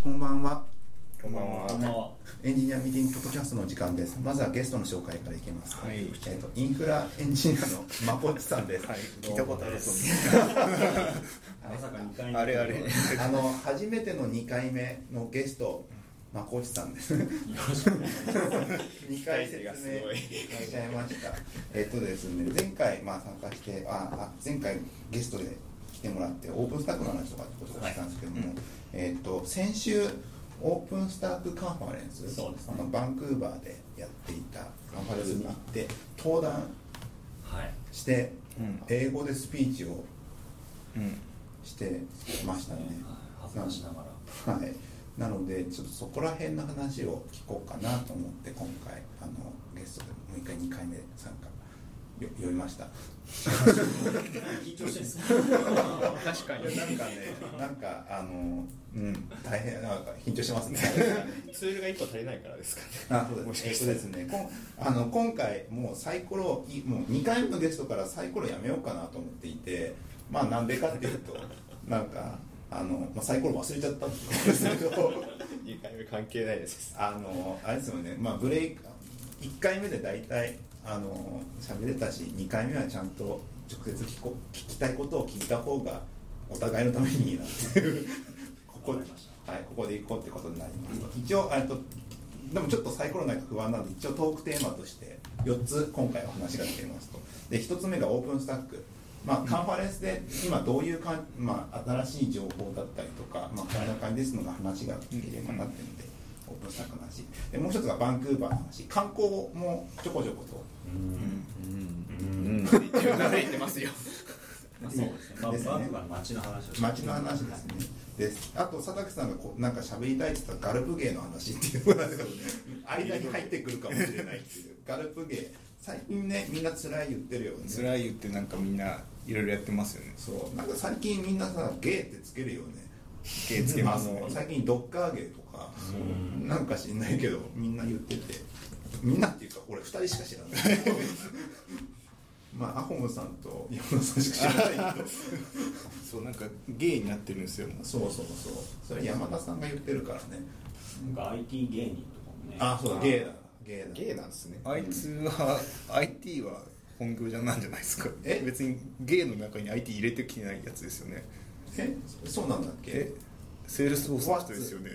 こんばんは。 こんばんは。 エンジニアミーティングポッドキャストの時間です。まずはゲストの紹介からいきます。 はい。 インフラエンジニアのまこっちさんです。 はい。聞いたことあると思まさか2回目。 あれあれ。 初めての2回目のゲスト、まこっちさんです。2回説明しちゃいました。ですね、前回参加して前回ゲストで来てもらってオープンスタックの話とかってことをしたんですけども、先週オープンスタックカンファレンス、バンクーバーでやっていたカンファレンスに行って登壇して、英語でスピーチをしてましたね。 恥ずかしながら。 はい。なのでちょっとそこら辺の話を聞こうかなと思って今回ゲストでもう1回2回目参加呼びました。 緊張してるんですか？ 確かに。 大変緊張してますね。 ツールが1個足りないからですかね。 そうですね。今回もうサイコロもう2回目のゲストからサイコロやめようかなと思っていて、なんでかっていうとサイコロ忘れちゃったんですけど 2回目関係ないです。 あれですよね。ブレイク1回目で大体喋れたし、2回目はちゃんと直接聞きたいことを聞いた方がお互いのためにいいなっていうここで行こうってことになります。一応でもちょっとサイコロないと不安なので一応トークテーマとして4つ今回お話が出ていますと。で1つ目がオープンスタック。カンファレンスで今どういう新しい情報だったりとか、こんな感じですのが話が聞ければなってるので、オープンスタックの話で、もう一つがバンクーバーの話、観光もちょこちょこと流れてますよ。 そうですね。バンクーバーの街の話を。 街の話ですね。あと佐竹さんがなんか喋りたいって言ったらガルプ芸の話っていうのが間に入ってくるかもしれないっていうガルプ芸。最近ね、みんな辛い言ってるよね。 辛い言ってなんかみんないろいろやってますよね。 そう、なんか最近みんなさ、ゲーってつけるよね。 ゲーつけますね。 最近ドッカーゲーとかなんか知んないけどみんな言ってて、みんなっていうか俺2人しか知らないアホムさんと山田さんしか知らないけどそうなんかゲーになってるんですよ。 そうそれ山田さんが言ってるからね。 なんか IT 芸人とかもね。 そうだ、ゲーなんですね。あいつは IT は本業じゃなんじゃないですか。別にゲーの中に IT 入れてきてないやつですよね。 そうなんだっけ。 セールスフォースの人ですよね。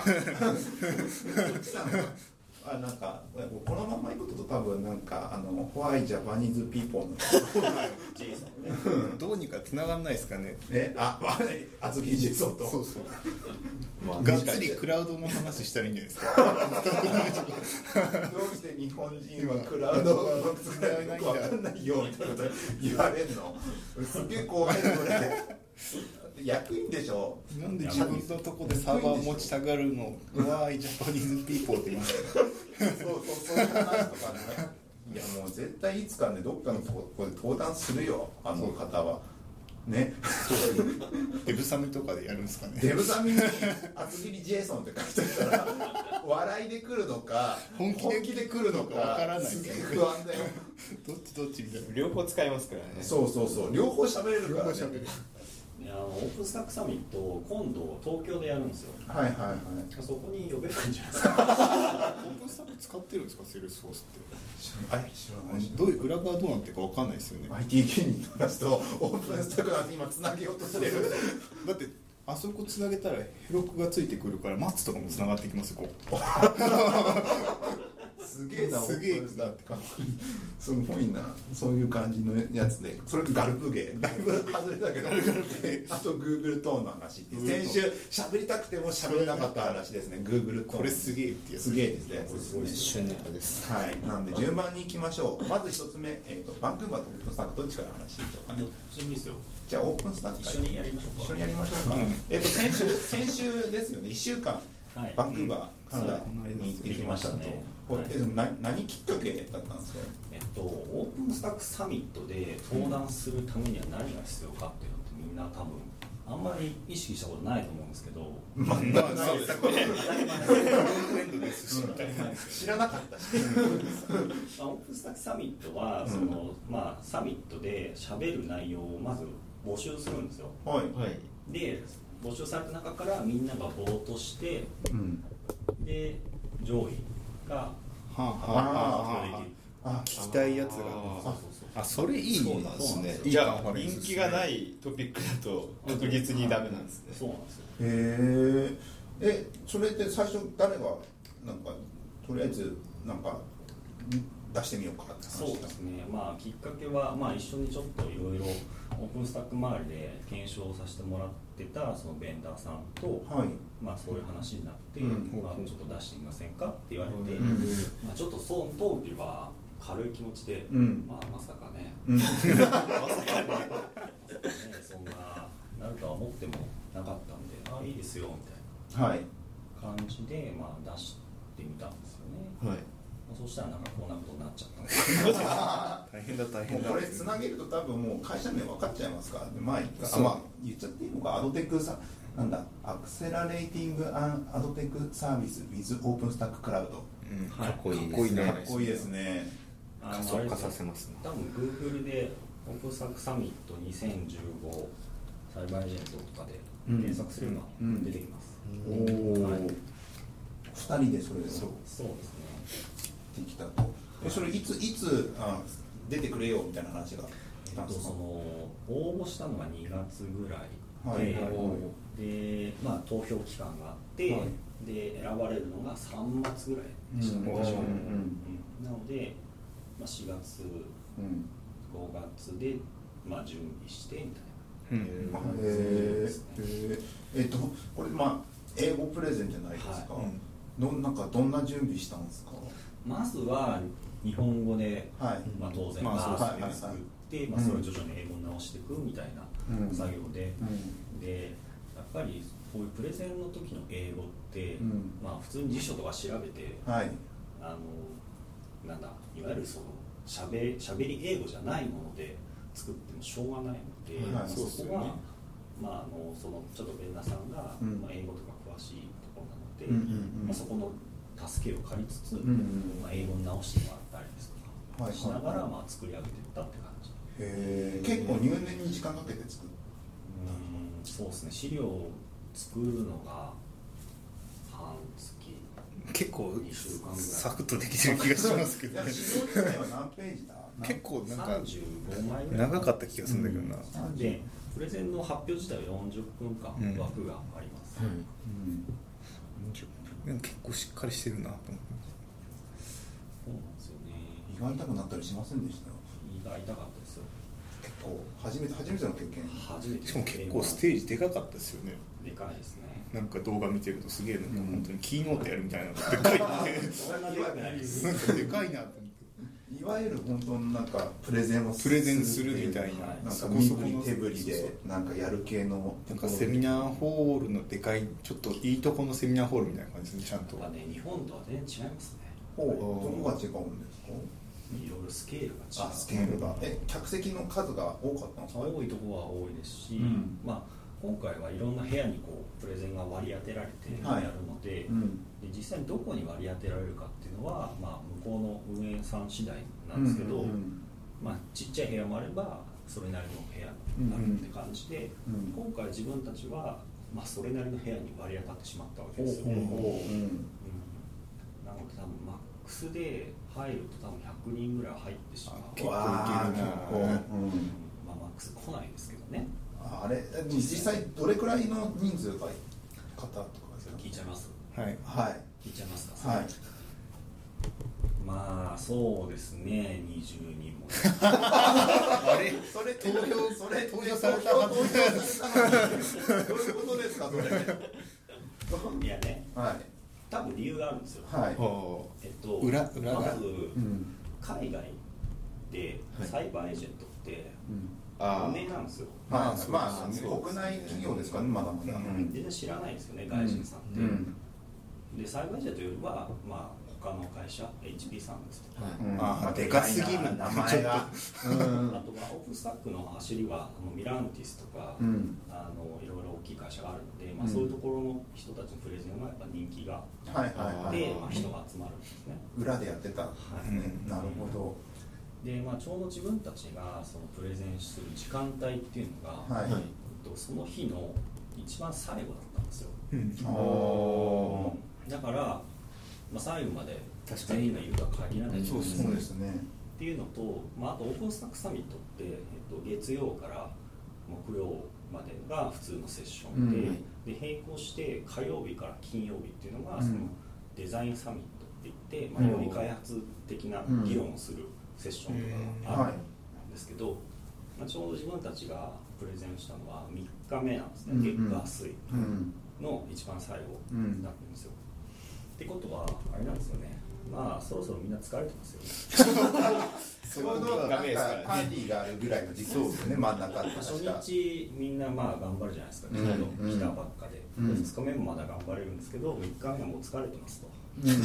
なんかこのままいくと多分なんかホワイジャパニーズピーポーのどうにか繋がんないですかね。 厚木ジェソとそうがっつりクラウドの話したらいいんじゃないですか。 どうして日本人はクラウドを使えないんだ分かんないよみたいなこと言われるのすげえ怖いのね。役員でしょ。 なんで自分のとこでサーバー持ちたがるのはジャパニーズピーポーって言いますか。 そういう話とかね。いやもう絶対いつかね、どっかのとこで登壇するよ、あの方はね。 デブサミとかでやるんですかね。 デブサミに厚切りジェイソンって書いてあったら笑いで来るのか本気で来るのかわからない。 すげえ不安だよ。 どっちみたいな。 両方使えますからね。 そう両方喋れるからね。 オープンスタックサミット今度東京でやるんですよ。 はい。 そこに呼べばいいんじゃないですか。 オープンスタック使ってるんですか、セールスフォースって。 知らない。 どういう裏側どうなってるかわかんないですよね。 IT 芸人の話とオープンスタックなんて今つなげようとしてる。 だってあそこつなげたらヘロクがついてくるからマッツとかもつながってきますよ。 すげえな、 すげえだってかすごいな、そういう感じのやつで、それガルプゲーだいぶ外れたけどあと Google トーンの話って先週喋りたくても喋れなかった話ですね。 Google トーンこれすげえってやつ。 すげえですね。すごい旬ネタです。 はい、なんで順番に行きましょう。まず一つ目、バンクーバーとオープンスタックどっちから話していいでしょうかね。 いいですよ。 じゃあオープンスタック一緒にやりましょうか。 一緒にやりましょうか。先週ですよね。1週間バンクーバー、カナダに行ってきましたと。何きっかけだったんですか。 オープンスタックサミットで登壇するためには何が必要かっていうのってみんな多分あんまり意識したことないと思うんですけど、 そうですね。知らなかったし。 オープンスタックサミットはサミットで喋る内容をまず募集するんですよ。 はい。 で募集された中からみんながボートして、で上位が聞きたいやつがそれいいね。 そうなんですね。じゃあ人気がないトピックだと確実にダメなんですね。 そうなんですよ。 それって最初誰がなんかとりあえずなんか出してみようかって話。 そうですね。まあきっかけはまあ一緒にちょっといろいろオープンスタック周りで検証させてもらってたそのベンダーさんと、まあそういう話になって、まあちょっと出してみませんかって言われて、まあちょっとその当時は軽い気持ちで、まさかね、まさかね、そんななるとは思ってもなかったんで、いいですよみたいな感じでまあ出してみたんですよね。そしたらなんかこんなことになっちゃったんです大変だ大変だ。 これつなげると多分もう会社名分かっちゃいますから、まあ言っちゃっていいのか、アドテックさなんだ、アクセラレーティングアドテックサービス with オープンスタッククラウド。 かっこいいですね。 かっこいいですね。 加速化させますね。 多分 Google でオープンスタックサミット2015サイバーエージェントとかで検索すれば出てきます。 2人でそれそうですね。 できたと。それいつ出てくれよみたいな話がその応募したのが2月ぐらいで、まあ投票期間があって、で選ばれるのが3月ぐらいでしたね。なので、まあ4月、5月でまあ準備してみたいな。 これまあ英語プレゼンじゃないですか。なんかどんな準備したんですか。 まずは日本語で、まあ、当然作って、まあ、それを徐々に英語に直していくみたいな作業で、でやっぱりこういうプレゼンの時の英語って、まあ、普通に辞書とか調べて、なんだいわゆるそのしゃべり英語じゃないもので作ってもしょうがないので、そこは、まあ、そのちょっとベンダーさんが、まあ、英語とか詳しいところなので、まあ、そこの助けを借りつつ、まあ、英語に直してもらったりですとかしながら、まあ、作り上げていったって感じ。 結構入念に時間かけて作る。 そうですね。資料を作るのが半月、 結構 2週間ぐらいサクッとできてる気がしますけどね。 資料自体は何ページだ。 結構なんか 35枚ぐらい長かった気がするんだけどな。 でプレゼンの発表自体は40分間枠があります。 結構しっかりしてるなと思って。 そうなんですよね。 胃が痛くなったりしませんでした。 胃が痛かったですよ。 結構初めての経験。 しかも結構ステージでかかったですよね。 でかいですね。 なんか動画見てるとすげえなんか本当にキーノートやるみたいなでかいね。 そんなでかくないです。 なんかでかいなと思って。 いわゆる本当になんかプレゼンするみたいな、 なんか身振り手振りでなんかやる系のなんかセミナーホールのでかいちょっといいとこのセミナーホールみたいな感じでちゃんと。 日本とは全然違いますね。 どこが違うんですか。 いろいろスケールが違う。 スケールが客席の数が多かったんですか。 多いところは多いですし、まあ今回はいろんな部屋にこうプレゼンが割り当てられてやるので、で実際にどこに割り当てられるかっていうのは、まあ、向こうの運営さん次第なんですけど、まあ、ちっちゃい部屋もあればそれなりの部屋になるって感じで、今回自分たちは、まあ、それなりの部屋に割り当たってしまったわけですよね。なので多分マックスで入ると多分100人ぐらい入ってしまう。 結構いけるな。まあマックス来ないですけどね。 あれ実際どれくらいの人数が方とか聞いちゃいます。 はい。 聞いちゃいますか。 はい。 まあそうですね、20人も。 あれそれ投票されたはず。どういうことですかそれ。 いやね。多分理由があるんですよ。 裏がまず海外でサイバーエージェントって無名なんですよ。 まあ国内企業ですからね、まだまだ全然知らないですよね、外人さんって。でサイバーエージェントよりはまあ他の会社 HP さんですとか、 でかすぎる名前が。 あとはオープンスタックの走りはミランティスとかいろいろ大きい会社があるので、まあそういうところの人たちのプレゼンはやっぱ人気があって人が集まるんですね。 裏でやってたんですね。なるほど。 でまあ、ちょうど自分たちがそのプレゼンする時間帯っていうのが、その日の一番最後だったんですよ、だから、まあ、最後まで全員がいるとは限らないんですね。 そうですねっていうのと、まあ、あとオープンスタックサミットって、月曜から木曜までが普通のセッションで、で並行して火曜日から金曜日っていうのがそのデザインサミットって言って、まあ、より開発的な議論をするセッションとかがあるんですけど、まあ、ちょうど自分たちがプレゼンしたのは3日目なんですね、月火水の一番最後だったんですよ。ってことはあれなんですよね、まあそろそろみんな疲れてますよね。 ちょうどなんかパーティーがあるぐらいの時期ですよね、真ん中初日みんなまあ頑張るじゃないですか、来たばっかで、2日目もまだ頑張れるんですけど、3日目はもう疲れてますと。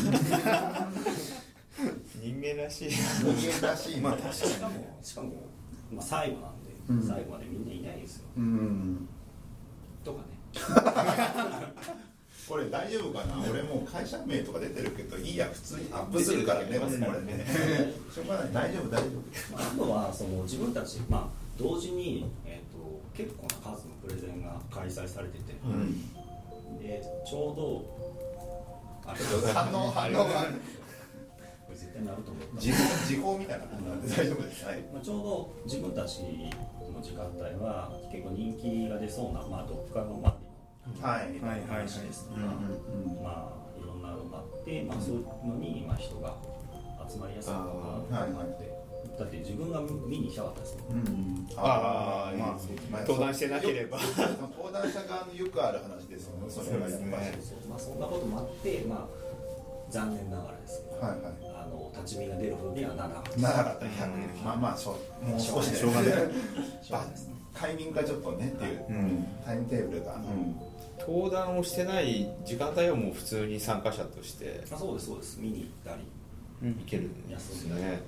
人間らしいまあ確かにしかも、まあ、最後なんで、最後までみんないないですよ、とかね。 これ大丈夫かな、俺もう会社名とか出てるけどいいや、普通にアップするからね、これねしょうがない、大丈夫、 あとはその自分たち、まあ、同時に、結構な数のプレゼンが開催されてて、でちょうどあれ反応がこれ絶対なると思った時報みたいな感じなんで大丈夫です、はい。 まあ、ちょうど自分たちの時間帯は結構人気が出そうな、まあ、ドッカーの周りの話ですとか、まあいろんなのがあって、まあ、そういうのに、まあ、人が集まりやすいのかなと思って、だって自分が見に行きたかったですもん。 登壇してなければ登壇者側のよくある話ですよね、それはやっぱり。 まあそんなこともあって、まあ残念ながらですけど、立ち見が出るほどにはならなかった。 まあまあもう少しでしょうがない。タイミングがちょっとねっていうタイムテーブルが。 登壇をしてない時間帯はもう普通に参加者としてそうですそうです、見に行ったり行けるんですね。はい。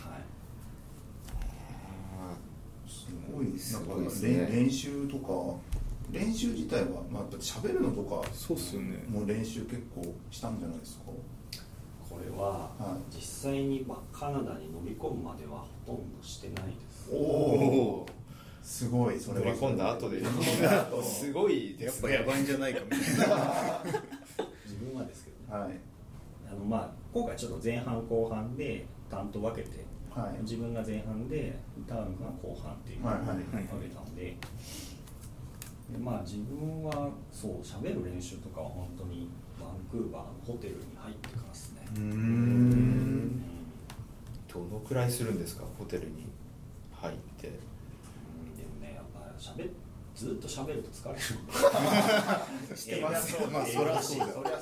すごいですね。練習とか練習自体はまあ喋るのとかそうっすよね。 もう練習結構したんじゃないですか。 これは実際にカナダに乗り込むまではほとんどしてないです。 おお。すごい、それ乗り込んだ後ですごいやっぱやばいんじゃないかみたいな。 自分はですけどね。まあ今回ちょっと前半後半で担当分けて、自分が前半でタウンが後半っていうのを分けたので、まあ自分はそう喋る練習とかは本当にバンクーバーのホテルに入ってからですね。 どのくらいするんですか、ホテルに入って。 でもね、やっぱずっと喋ると疲れる。 してますよ。まあそりゃそうだ。だ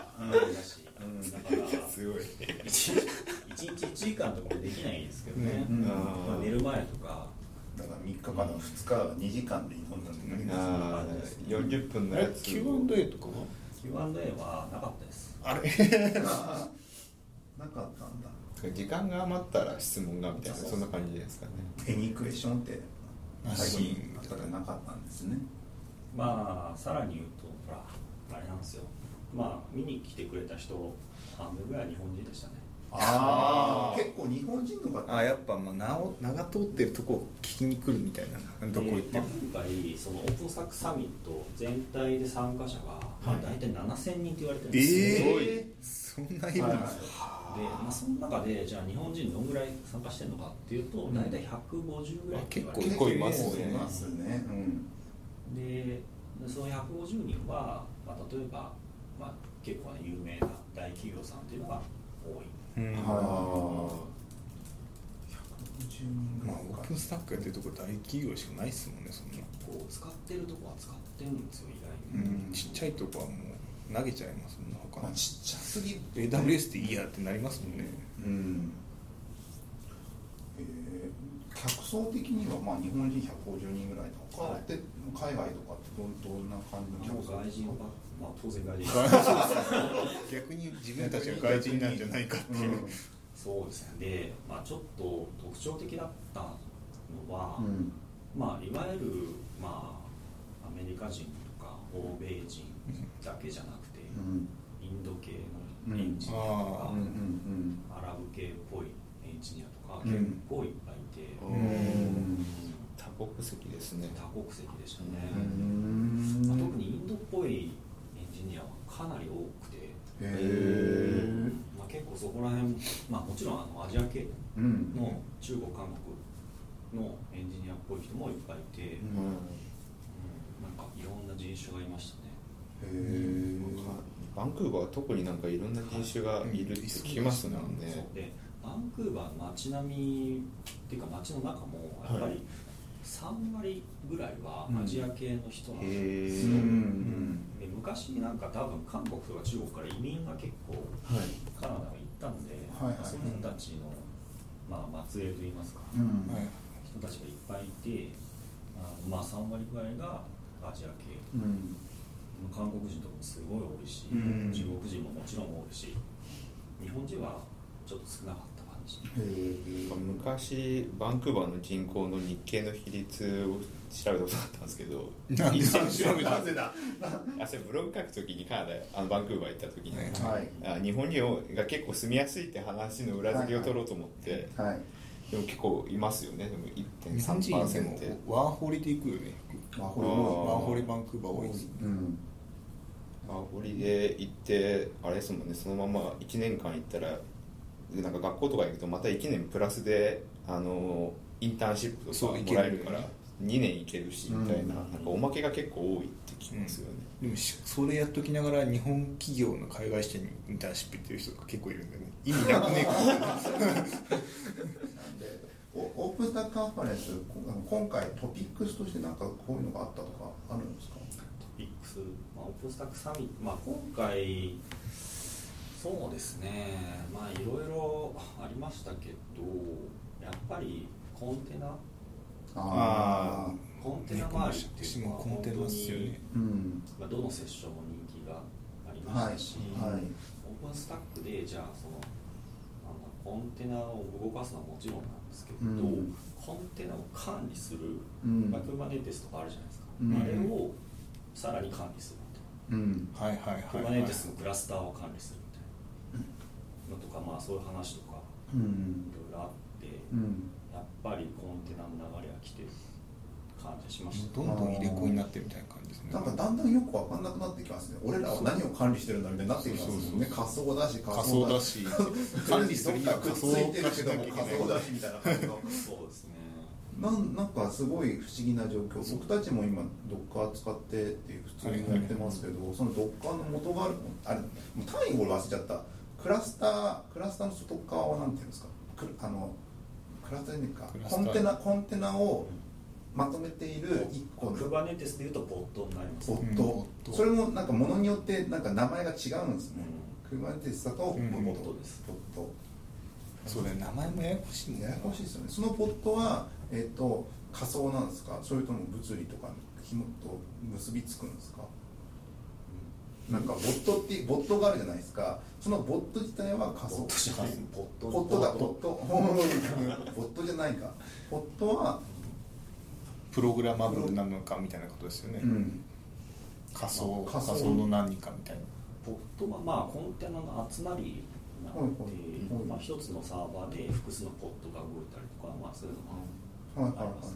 からすごい。1日1時間とかもできないですけどね。寝る前とか。 だから3日間の2日は2時間で挑んだんでなりますね。 40分のやつ。 Q&A とかは Q&A はなかったです。 あれなかったんだ。 時間が余ったら質問がみたいな、そんな感じですかね。 エニークエスチョンって最後になかったんですね。 まあさらに言うとほらあれなんですよ。まあ見に来てくれた人半分ぐらい日本人でしたね。 結構日本人の方。 やっぱまあ名が通ってるとこを聞きに来るみたいな、どこ行っても。 今回そのオープンスタックサミット全体で参加者が大体7000人って言われてるんですよ。 そんないるんですか。 でその中でじゃあ日本人どんぐらい参加してるのかっていうと大体150ぐらいって言われてる。 結構いますね。 でその150人は、まあ、例えば、まあ、結構、ね、有名な大企業さんっていうのが多い。 まあオープンスタックやってるとこ大企業しかないっすもんね。そんなこう使ってるとこは使ってるんですよ、意外に。 ちっちゃいとこはもう投げちゃいますもんね。他のちっちゃすぎる AWS でいいやってなりますもんね。 客層的にはまあ日本人150人ぐらいとかで、海外とかってどんな感じの外人は、まあ、当然外人逆に自分たちが外人なんじゃないかっていう、 そうですね。で、まあ、ちょっと特徴的だったのは、まあ、いわゆる、まあ、アメリカ人とか欧米人だけじゃなくて、インド系のエンジニアとか、アラブ系っぽいエンジニアとか結構いっぱいいて、 多国籍ですね。 多国籍でしたね。まあ、特にインドっぽいエンジニアはかなり多くて、まあ、結構そこら辺、まあ、もちろんアジア系の中国韓国のエンジニアっぽい人もいっぱいいて、なんかいろんな人種がいましたね。 バンクーバーは特になんかいろんな人種がいるって聞きますもんね。 でバンクーバーの街並みっていうか街の中もやっぱり3割ぐらいはアジア系の人なんですよ。で昔なんか多分韓国とか中国から移民が結構カナダが行ったんで、その人たちの、まあ、末裔といいますか、人たちがいっぱいいて、まあ、3割ぐらいがアジア系、韓国人とかもすごい多いし、中国人ももちろん多いし、日本人はちょっと少なかった感じ。 昔バンクーバーの人口の日系の比率を調べたことあったんですけど、 なんでなぜだそれブログ書くときにカナダバンクーバー行ったときに、日本人が結構住みやすいって話の裏付けを取ろうと思って、でも結構いますよね。でも 1.3% ワーホリで行くよね。ワーホリバンクーバー多いです。 ワーホリで行ってあれですもんね、そのまま1年間行ったらなんか学校とか行くとまた1年プラスでインターンシップとかもらえるから2年行けるしみたいな、なんかおまけが結構多いって聞きますよね。 でもそれやっときながら日本企業の海外支店にインターンシップ行ってる人が結構いるんだよね。意味なくねえかオープンスタックカンファレンス、今回トピックスとしてなんかこういうのがあったとかあるんですか？ トピックス、オープンスタックサミット、まあ、今回そうですね、まあいろいろありましたけど、やっぱりコンテナコンテナ周りっていうのは本当に、まあ、どのセッションも人気がありましたし、オープンスタックでじゃあそのコンテナを動かすのはもちろんなんですけど、コンテナを管理する、Kubernetes とかあるじゃないですか、あれをさらに管理するみたいな、Kubernetes のクラスターを管理するみたいなのとか、まあそういう話とかいろいろあって、やっぱりコンテナの流れが来てる感じしました。 どんどん入れ子になってるみたいな感じですね。 なんかだんだんよく分かんなくなってきますね。俺らは何を管理してるんだみたいになってきますもんね。仮想だし管理するには仮想化しなきゃいけない仮想だしみたいな感じのそうですね。 なんかすごい不思議な状況。僕たちも今ドッカー使ってっていう普通にやってますけど、そのドッカーの元があるあれもう単位俺忘れちゃった。クラスターの外側はなんていうんですか。クラスターにかコンテナをまとめている1個の Kubernetes でいうとボットになります。 ボット。それもなんかものによってなんか名前が違うんですね。Kubernetes だとボットです。ボット。 そうだね、名前もややこしいもんね。 ややこしいですよね。そのボットは仮想なんですか？それとも物理とか紐と結びつくんですか？なんかボットがあるじゃないですか。そのボット自体は仮想。ボットじゃないか。ボットはプログラマブルなのかみたいなことですよね。仮想の何かみたいな。 ボットはまあコンテナの集まりなので、まあ一つのサーバーで複数のポットが動いたりとか、まあそういうのがあります。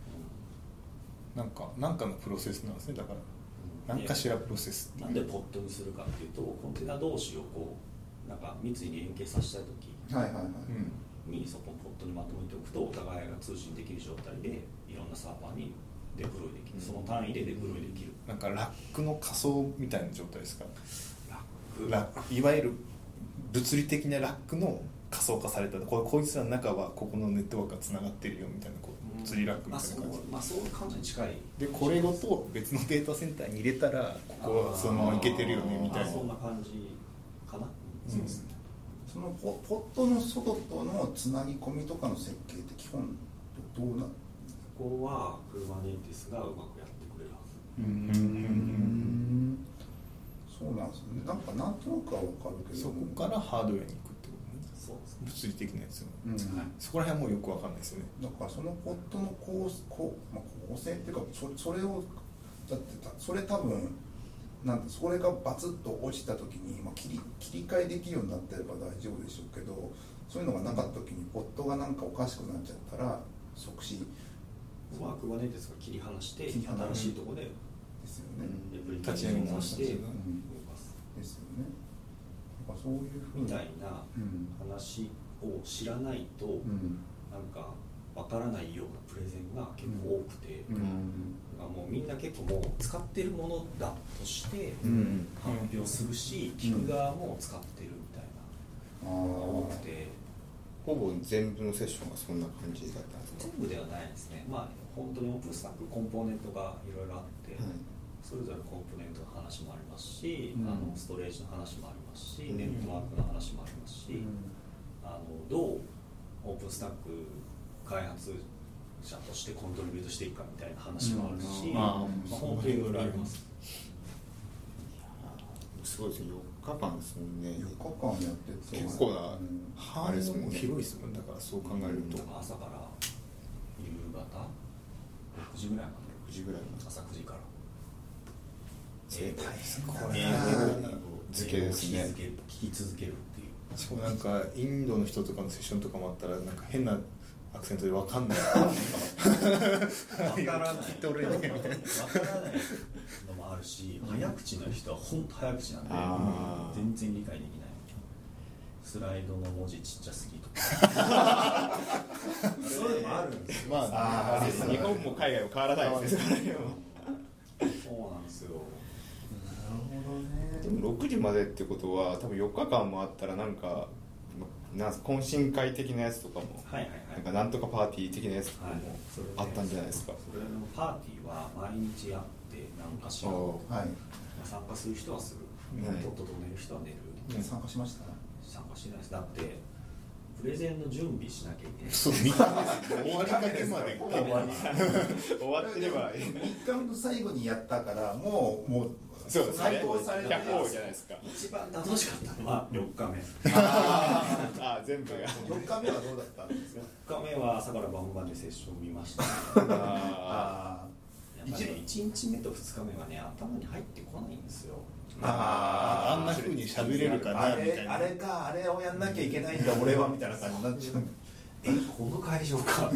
なんかのプロセスなんですね。だから何かしらプロセス。 なんでポットにするかっていうと、コンテナ同士をこうなんか密に連携させたいときにそこのポットにまとめておくとお互いが通信できる状態でいろんなサーバーにデプロイできる、その単位でデプロイできる。 なんかラックの仮想みたいな状態ですか？ ラックいわゆる物理的なラックの仮想化されたこいつらの中はここのネットワークがつながってるよみたいな物理ラックみたいな感じ、 そういう感じに近いでこれごと別のデータセンターに入れたらここはそのままいけてるよねみたいな、 そんな感じかな。 そうですね。そのポットの外とのつなぎ込みとかの設計って基本どうなる？ ここはKubernetesがうまくやってくれるはず。 そうなんですね。なんとなくは分かるけど、 そこからハードウェアに行くってことね。 そうですね。 物理的なやつよ、そこら辺はもうよく分かんないですよね。 だからそのポットの構成っていうかそれをだってそれ多分それがバツッと落ちた時に、切り替えできるようになってれば大丈夫でしょうけど、そういうのがなかった時にポットがなんかおかしくなっちゃったら即死まあ、Kubernetes が切り離して新しいところでですよね、 レプリケーションをして動かすですよね。なんかそういうふうみたいな話を知らないと、なんかわからないようなプレゼンが結構多くて、もうみんな結構もう使ってるものだとして発表するし、聞く側も使ってるみたいなのが多くて、 ほぼ全部のセッションがそんな感じだったんですか？ 全部ではないですね。まあ本当にオープンスタックコンポーネントがいろいろあって、それぞれコンポーネントの話もありますし、ストレージの話もありますし、ネットワークの話もありますし、どうオープンスタック開発者としてコントリビュートしていくかみたいな話もあるし、本当にいろいろあります。 すごいですね。4日間ですもんね。 4日間やってて結構な範囲も広いですもん。だからそう考えると、 朝から夕方6時ぐらいまで、 6時ぐらいまで、 朝9時からこれ付けですね。 聞き続けるっていう。 しかもなんかインドの人とかのセッションとかもあったらなんか変なアクセントで分かんない分からないって俺ねみたいな分からないのもあるし、早口の人は本当早口なんで全然理解できない。スライドの文字ちっちゃすぎとかそういうのもあるんですよ。 まあ日本も海外も変わらないですからね。 そうなんですよ。 なるほどね。 でも6時までってことは多分4日間もあったらなんか懇親会的なやつとかも、なんかなんとかパーティー的なやつとかもあったんじゃないですか。 それのパーティーは毎日やって何かしら、参加する人はする、とっとと寝る人は寝る。 参加しました？ 参加しないです。だってプレゼンの準備しなきゃいけない。 そう、3日終わりかけまで終わってれば 3日の最後にやったからもうそうですね。 最高されて 100方じゃないですか。 一番楽しかったのは4日目。 全部が。 4日目はどうだったんですか ？4日目は朝から晩までセッション見ました。やっぱね、1日目と2日目はね、頭に入ってこないんですよ。 あんな風に喋れるかなみたいな。 あれをやんなきゃいけないんだ俺はみたいな感じになっちゃう。 この会場か。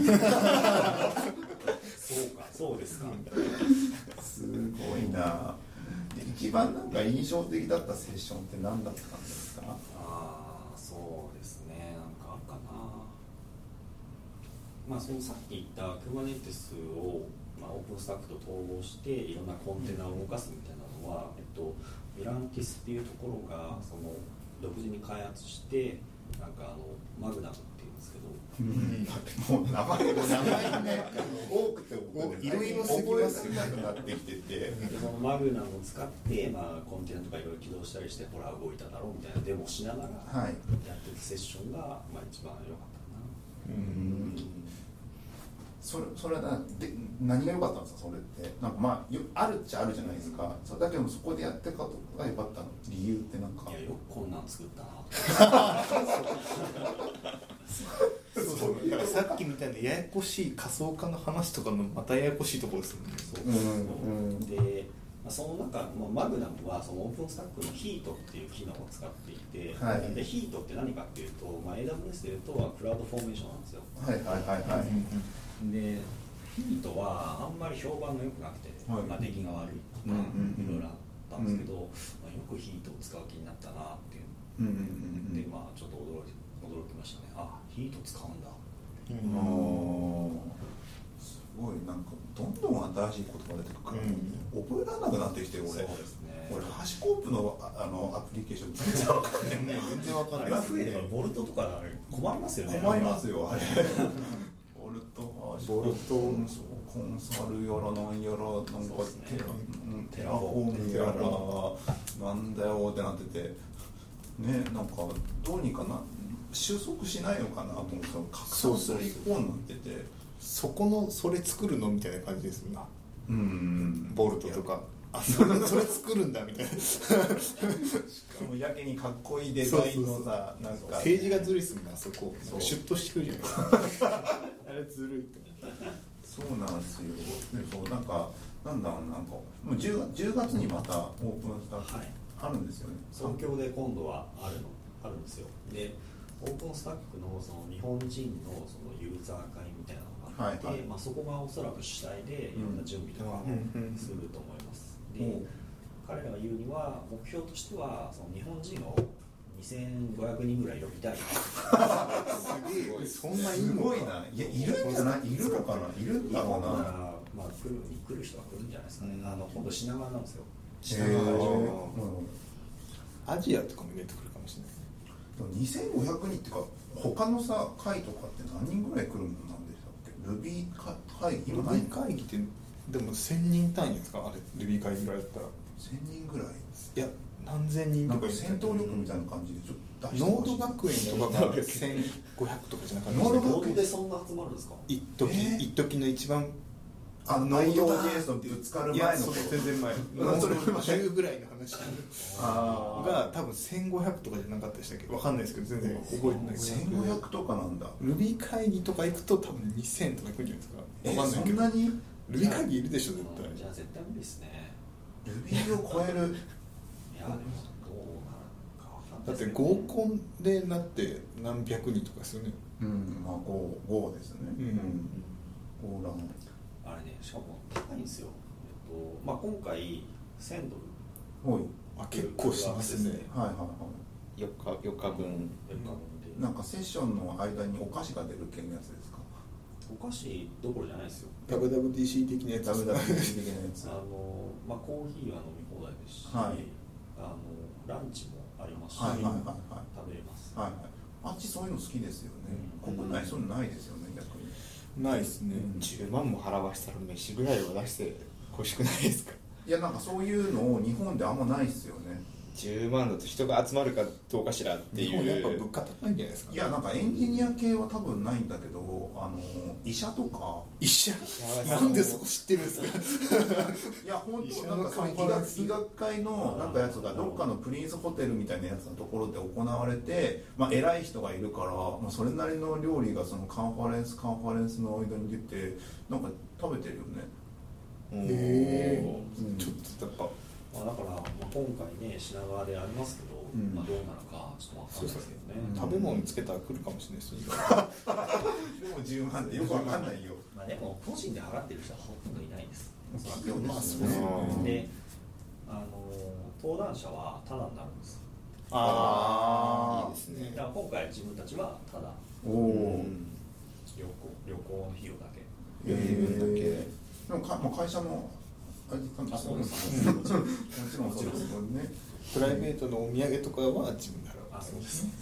そうですか。 すごいな。一番なんか印象的だったセッションって何だったんですか？ そうですね。なんかあるかな。まあそのさっき言った Kubernetes をオープンスタックと統合していろんなコンテナを動かすみたいなのは、ミランティスっていうところがその独自に開発して、なんかマグナムっていうんですけど、 もう名前ね多くていろいろすぎますよね。 覚えなくなってきてて、 そのマグナムを使って、コンテナとかいろいろ起動したりして、ほら動いただろうみたいなデモしながらやってたセッションが、一番良かったな。 それは何が良かったんですか？それってなんかあるっちゃあるじゃないですか。それだけどそこでやってたことが良かったの理由ってなんか。 いや、よくこんなん作ったな。 だからさっきみたいなややこしい仮想化の話とかのまたややこしいところですもんね。 で、その中、マグナムはそのオープンスタックのヒートっていう機能を使っていて、でヒートって何かっていうと、AWS でいうとクラウドフォーメーションなんですよ。でヒートはあんまり評判が良くなくて、出来が悪いとかいろいろあったんですけど、よくヒートを使う気になったなっていう、でちょっと驚きましたね。ヒート使うんだ。 すごいなんかどんどん新しい言葉出てくるから、覚えられなくなってきて、俺ハシコープのアプリケーション全然わかんないね。 全然わかんない。 あれが増えればボルトとか困りますよね。 困りますよあれ。ボルトコンサルやらなんやらなんかテラフォームやらなんだよってなっててね、なんかどうにかな収束しないのかなと思って拡散する一方になってて、 それ作るのみたいな感じですよね。ボルトとかそれ作るんだみたいな。しかもやけにかっこいいデザインのさ、なんかページがずるいっすもんね。あそこシュッとしてくるじゃないですか。あれずるいって。 そうなんですよ。なんかなんだろう、なんかもう10月にまたオープンスタッフあるんですよね。 東京で今度はあるんですよ。でオープンスタックのその日本人のそのユーザー会みたいなのがで、そこがおそらく主体でいろんな準備とかもすると思います。で彼らが言うには目標としてはその日本人を2500人ぐらい呼びたい。 そんないいすごいな。いや、いるんじゃない？いるのかな？いるんだろうな。 来る人は来るんじゃないですかね。今度品川なんですよ。 アジアとかも入れてくるかもしれない。 2500人っていうか他のさ会とかって何人ぐらい来るもんなんでしたっけ？ルビー会議？ ルビー会議ってでも1000人単位ですか？あれルビー会議ぐらいだったら 1000人ぐらい？ いや何千人とか戦闘力みたいな感じでちょっと出してノード学園とかが1500とかじゃなかった。 ノードでそんな集まるんですか？ 一時の一番内容 JS のぶつかる前の全然前それ10ぐらいの話が多分1500とかじゃなかったでしたっけ？分かんないですけど全然覚えてないけど 1500とかなんだ。 ルビー会議とか行くと多分2000とか行くんじゃないですか？分かんないけどそんなにルビー会議いるでしょ絶対。 じゃあ絶対無理ですね。 ルビーを超える。 いやでもどうなるか分かんない。 だって合コンでなって何百人とかですよね。 まあ5ですね。5ランあれね、しかも高いんですよ。今回1000ドル。 結構しますね。 4日分。 なんかセッションの間にお菓子が出る系のやつですか？ お菓子どころじゃないですよ。 WWDC 的なやつ。 WWDC 的なやつ。 コーヒーは飲み放題ですし、ランチもありますし、食べれます。 あっちそういうの好きですよね。国内そういうのないですよね逆に。 ないですね。 10万も払わしたら飯ぐらいは出して欲しくないですか？ いやなんかそういうのを日本であんまないですよね。 10万だと人が集まるかどうかしらっていう。 やっぱ物価高いんじゃないですか？ いやなんかエンジニア系は多分ないんだけど医者とか医者なんでそこ知ってるんですか？ いや本当なんかそういう医学会のなんかやつがどっかのプリンスホテルみたいなやつのところで行われて、偉い人がいるから、それなりの料理がそのカンファレンスの間に出てなんか食べてるよね。 ちょっとやっぱだから今回ね品川でありますけど、どうなるかちょっと分かんないですけどね。 食べ物つけたら来るかもしれないですよ。 でも10万でよくわかんないよ。 でも個人で払ってる人はほとんどいないです。 企業ですよね。 で登壇者はタダになるんです。 いいですね。 だから今回自分たちはタダ。旅行の費用だけ。 でも会社のあれ関係してます。もちろんそうですもんね。 プライベートのお土産とかは自分で払う。 そうですね。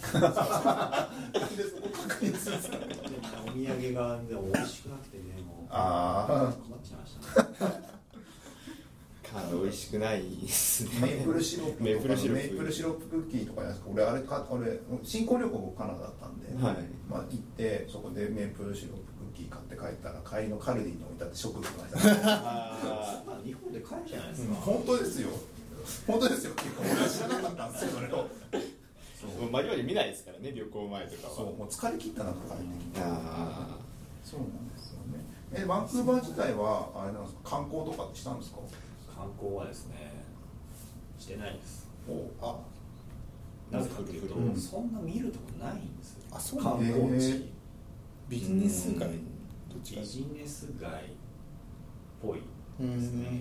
お土産がでも美味しくなくてね、もう困っちゃいましたね。 美味しくないですね。 メープルシロップクッキーとか俺新婚旅行僕カナダだったんで、行ってそこでメープルシロップクッキー買って帰ったら帰りのカルディに置いてあってショック受けました。 日本で買えるじゃないですか。 本当ですよ。俺は知らなかったんですよそれを。 マリマリ見ないですからね旅行前とかは。 そうもう疲れ切ったなとか帰ってきて。そうなんですよね。バンクーバー自体はあれなんですか、観光とかしたんですか？ 観光はですねしてないです。なぜかというと、そんな見るとこないんですよ。 そう観光地。 ビジネス街ビジネス街っぽいですね。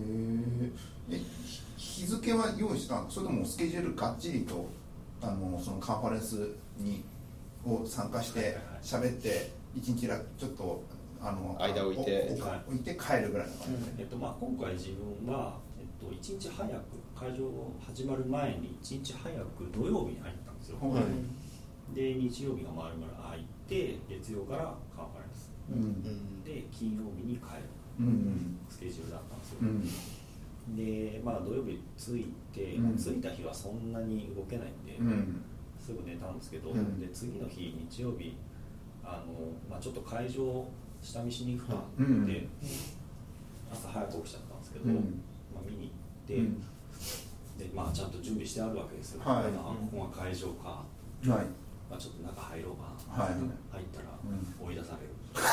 日付は用意したんですか？それともスケジュールがっちりとそのカンファレンスを参加して喋って1日ちょっと間を置いて帰るぐらいの感じで。 今回自分は1日早く会場始まる前に1日早く土曜日に入ったんですよ。で日曜日が丸々空いて月曜からカンファレンス、で金曜日に帰る、スケジュールだったんですよ。で土曜日着いて、着いた日はそんなに動けないんで、すぐ寝たんですけど、で次の日日曜日ちょっと会場を下見しに行くかって朝早く起きちゃったんですけど、見に行って、でちゃんと準備してあるわけですよ。ここが会場か。ちょっと中入ろうかな、入ったら追い出される。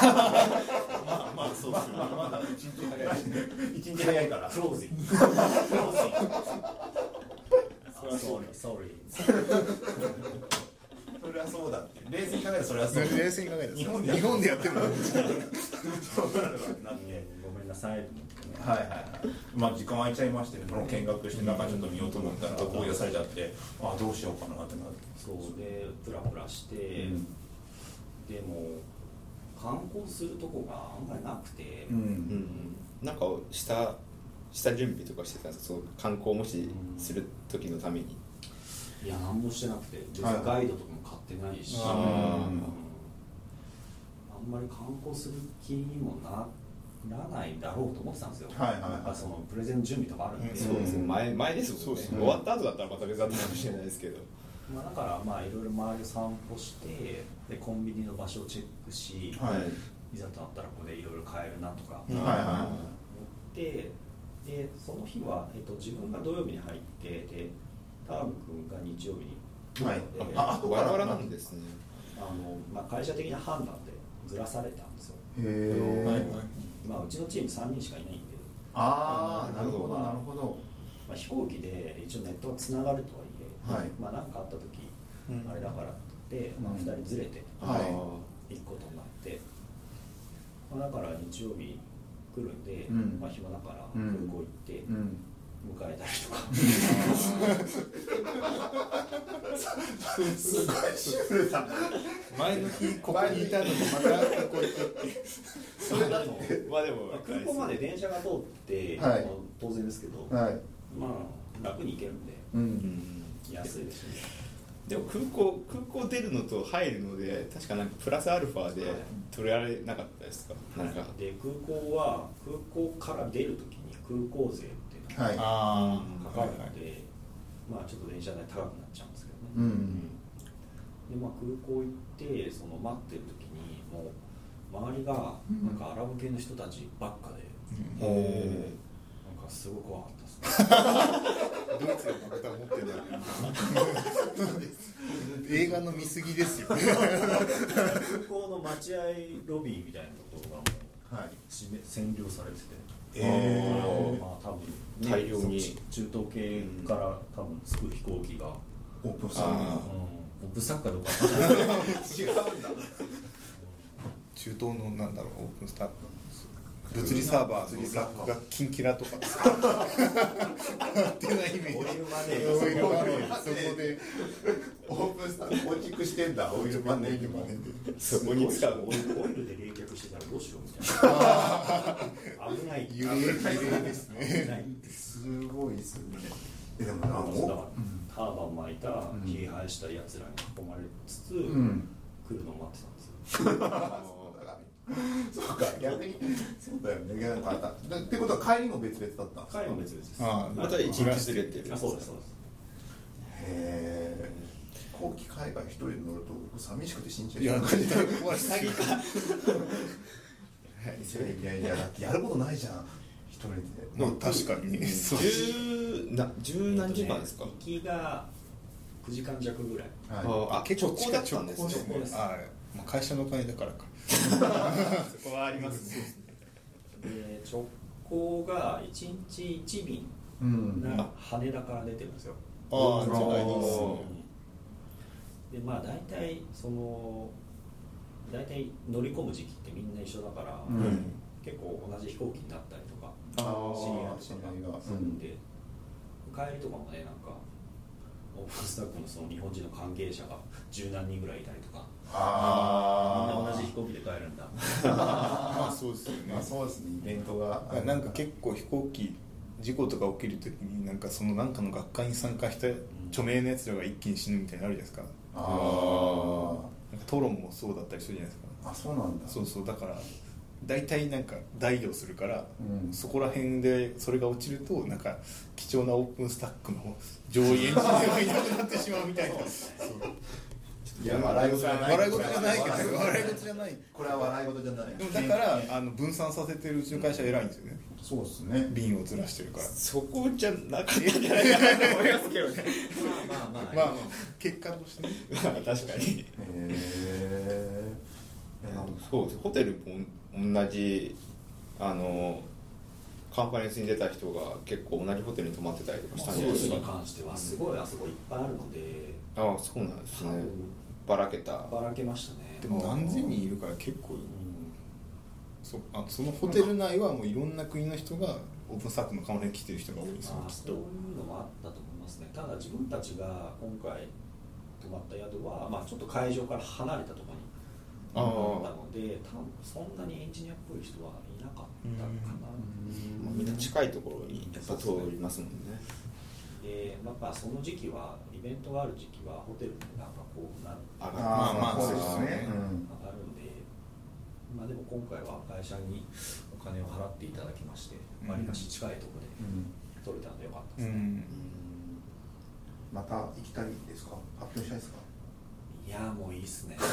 そうですよ。まだ一日早いからクロージング。Sorry。 それはそうだって冷静に考えたらそれはそう。 冷静に考えたら日本でやってもなんでごめんなさいと思ってね。 はいはいはい。まあ時間空いちゃいましてね、その見学して中ちょっと見ようと思ったら追い出されちゃって、あどうしようかなってなって。 そうでプラプラして、でも観光するとこがあんまりなくて、 なんか下準備とかしてたんですか、そう観光もしする時のために。 いや何もしてなくて、別にガイドとかも買ってないし、あんまり観光する気にもならないだろうと思ってたんですよ。そのプレゼン準備とかあるんで、 そうですね、前ですもんね。終わった後だったらまた別だったかもしれないですけど、 だからまあいろいろ周りを散歩してでコンビニの場所をチェックし、いざとなったらここでいろいろ買えるなとか思って、でその日は、自分が土曜日に入ってで田辺君が日曜日にバラバラなんですね。 会社的な判断でずらされたんですよ。うちのチーム3人しかいないんで。 なるほどなるほど。 飛行機で一応ネットがつながるとはいえ、何かあった時、あれだからって2人ずれて行くことになって、だから日曜日来るんで、暇だから空港行って迎えたりとか。 すごいシュールだ。 前の日ここにいたのにまた空港行ってそれだと空港まで電車が通って、当然ですけど、楽に行けるんで、安いですね。 でも空港出るのと入るので確かなんかプラスアルファで取られなかったですか。なんかで空港から出るときに空港税っていうのがかかるので、ちょっと電車代高くなっちゃうんですけどね。で空港行ってその待ってるときにもう周りがなんかアラブ系の人たちばっかで、なんかすごい怖かったですね。 ドイツでまた持ってる映画の見過ぎですよ。 空港の待合ロビーみたいなところがもう占領されてて、多分大量に中東系から多分着く飛行機がオープンスタック、 オープンスタックかどうか違うんだ。 中東のなんだろう、オープンスタック物理サーバーのラックがキンキラとかってないイメージ。 オイルマネーそこでオープンスタック構築してんだ。オイルマネーでそこに使うオイルで冷却してたらどうしようみたいな。危ない。 揺れですね。 すごいですね。でもターバン巻いたひげ生やしたやつらに囲まれつつ、来るのを待ってたんですよ。 そうか、逆にそうだよね。ってことは帰りも別々だったんですか。 帰りも別々です。 また一日ずれてる。 そうです。 飛行機海外一人で乗ると僕寂しくて死んじゃう。 いや、 詐欺か。 いややることないじゃん。一人で。 確かに。 十何時間ですか。 行きが9時間弱ぐらい。 結構近かったんですね。 会社のお金だからか。 そこはありますね。 で直行が1日1便が羽田から出てるんですよ。で大体乗り込む時期ってみんな一緒だから、結構同じ飛行機になったりとか知り合いとかするんで、帰りとかもね、なんかオープンスタックのその日本人の関係者が10何人ぐらいいたりとか、みんな同じ飛行機で帰るんだ。 そうですよね。 そうですね。イベントがなんか結構飛行機事故とか起きるときになんかそのなんかの学会に参加した著名なやつらが一気に死ぬみたいなのあるじゃないですか。なんかトロンもそうだったりするじゃないですか。 そうなんだ。 そうだから大体なんか代用するから、そこら辺でそれが落ちるとなんか貴重なオープンスタックの上位エンジニアがいなくなってしまうみたいな。 いや、笑い事じゃない。 笑い事じゃないけど、笑い事じゃない。 これは笑い事じゃない。 でもだから分散させてるうちの会社は偉いんですよね。 そうですね。 便をずらしてるから。 そこじゃなかったんじゃないかなと思いますけどね。 まあ結果としてね。 確かに。そうです。ホテルも同じカンファレンスに出た人が結構同じホテルに泊まってたりとかしたんじゃないですか。 に関してはすごいあそこいっぱいあるので。 そうなんですね。ばらけましたね。 でも何千人いるから結構そのホテル内はもういろんな国の人がオープンスタックのカンファレンス来てる人が多いですよ、 そういうのもあったと思いますね。ただ自分たちが今回泊まった宿は、ちょっと会場から離れたところにあったので、多分そんなにエンジニアっぽい人はいなかったかな。 みんな近いところにやっぱ通りますもんね。 で、その時期はイベントがある時期はホテルの値段がこうなるそうですね、 上がるんで、でも今回は会社にお金を払っていただきまして、割りかし近いところで取れたのでよかったですね。 また行きたいですか？発表したいですか？ いやもういいっすね。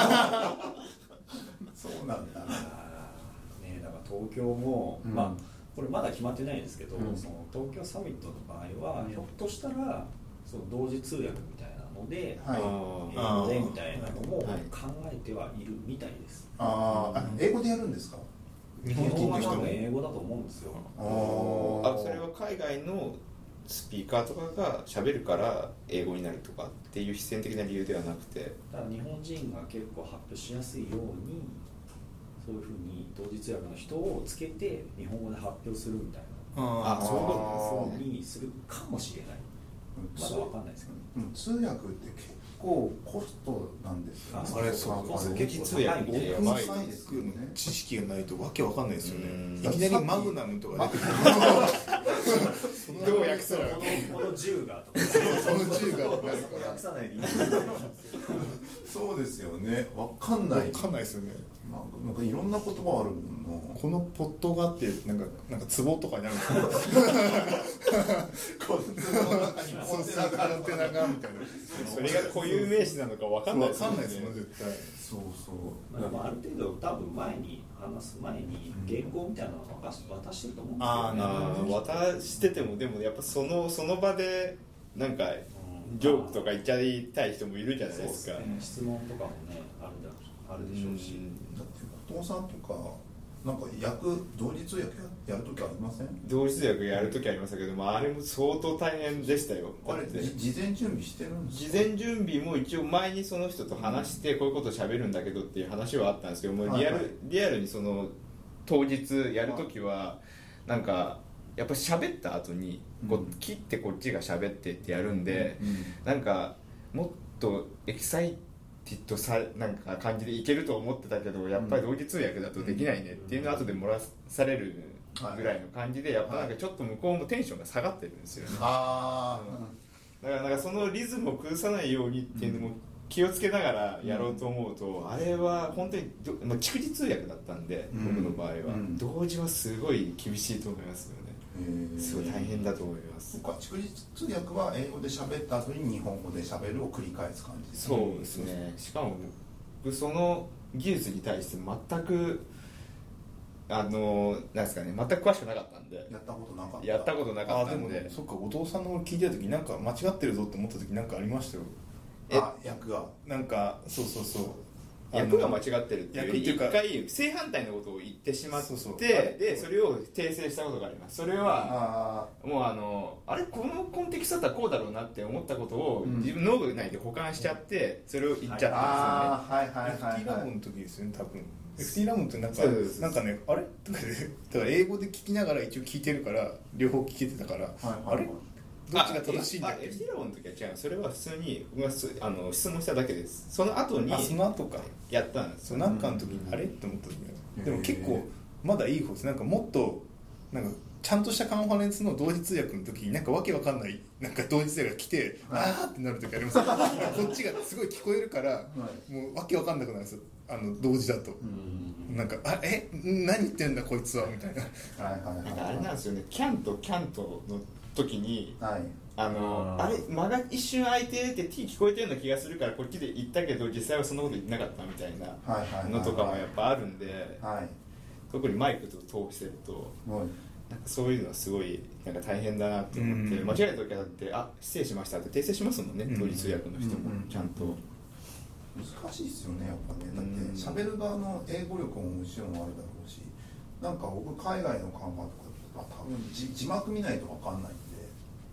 そうなんだ。 ね、だから東京も、これまだ決まってないんですけど、その東京サミットの場合は、ひょっとしたらその同時通訳みたいなので、英語でみたいなのも考えてはいるみたいです。 英語でやるんですか？ 日本人の人も英語だと思うんですよ。 それは海外のスピーカーとかが喋るから英語になるとかっていう必然的な理由ではなくて、 ただ日本人が結構発表しやすいようにそういうふうに同時通訳の人をつけて日本語で発表するみたいな、そうにするかもしれない。まだわかんないですけど、 通訳って結構コストなんですよね。 あれそう劇通訳ってやばいですよね。知識がないとわけわかんないですよね。いきなりマグナムとか出てくる。 どう訳するこの銃がとか、 この銃がとか訳さないでいい。 そうですよね。わかんないですよね。 なんかいろんな言葉あるの。 このポットがあってなんか壺とかになるんですか。 この壺の中にコンテナがみたいな。 それが固有名詞なのかわかんないですよね。 絶対。 そうでもある程度多分話す前に原稿みたいなのを渡してると思うんですよね。 渡しててもでもやっぱその場でなんかジョークとか言っちゃいたい人もいるじゃないですか。 質問とかもねあるでしょうし。 だって後藤さんとかなんか同時通訳やるときありません？ 同時通訳やるときありましたけど、あれも相当大変でしたよ。 あれ事前準備してるんですか？ 事前準備も一応前にその人と話してこういうことを喋るんだけどっていう話はあったんですけども、リアルにその当日やるときはなんかやっぱ喋った後に切ってこっちが喋ってってやるんで、なんかもっとエキサイなんか感じでいけると思ってたけど、やっぱり同時通訳だとできないねっていうのを後で漏らされるぐらいの感じで、やっぱなんかちょっと向こうもテンションが下がってるんですよね。だからなんかそのリズムを崩さないようにっていうのも気をつけながらやろうと思うと、あれは本当に逐次通訳だったんで、僕の場合は同時はすごい厳しいと思いますよね。すごい大変だと思います。 逐次通訳は英語で喋った後に日本語で喋るを繰り返す感じですね。そうですね。しかも僕その技術に対して全くなんですかね、全く詳しくなかったんで。 やったことなかったんで。そっか、後藤さんの聞いてた時なんか間違ってるぞって思った時なんかありましたよ。 役がなんかそう役が間違ってるっていう一回正反対のことを言ってしまって、でそれを訂正したことがあります。それはもうあれこのコンテキストだったらこうだろうなって思ったことを自分脳内で保管しちゃってそれを言っちゃったんですよね。 FT ラボの時ですよね、多分。FT ラボってなんかね、あれとかでだから英語で聞きながら一応聞いてるから両方聞けてたから、あれどっちが正しいんだっけ。 FT ラボの時は違う。それは普通に僕が質問しただけです。その後にその後かやったんですよ。 なんかの時にあれって思った時にでも結構まだいい方です。なんかもっとなんかちゃんとしたカンファレンスの同時通訳の時になんかわけわかんないなんか同時通訳が来てあーってなる時ありますこっちがすごい聞こえるからもうわけわかんなくなるんですよ、同時だと。なんか何言ってんだこいつはみたいな。 あれなんですよね、キャンとの時に、あれ間が一瞬空いてて T 聞こえてるような気がするからこっちで言ったけど実際はそんなこと言ってなかったみたいなのとかもやっぱあるんで、特にマイクと通してるとなんかそういうのはすごいなんか大変だなって思って、間違えた時はだって失礼しましたって訂正しますもんね、同時通訳の人もちゃんと。 難しいですよねやっぱね。だって喋る側の英語力ももちろんあるだろうし、なんか僕海外の看板とか多分字幕見ないと分かんないんで、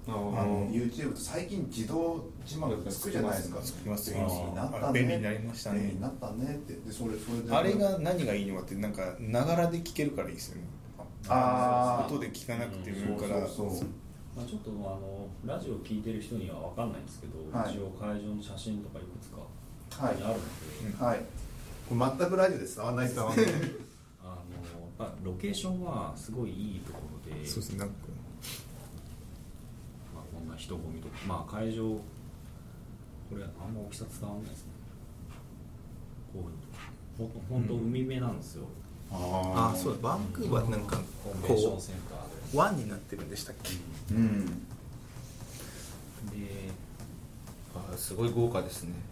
YouTube と最近自動字幕がつくじゃないですか。 つきますよ。 便利になりましたね。 便利になったねって。でそれであれが何がいいのかってなんかながらで聞けるからいいですよね。音で聞かなくてもいいから。 そうまあ、ちょっとラジオ聞いてる人には分かんないんですけど、一応会場の写真とかいくつかここにあるので、 はい、これ全くラジオで伝わらないですよね。 ロケーションはすごいいいところで、 そうですね、なんかまあ、こんな人混みとか、まあ、会場これあんま大きさ伝わらないですね。こう本当海辺なんですよ。 ああ、そうだ、バンクーバーなんかコンベンションセンターで湾になってるんでしたっけ。 すごい豪華ですね。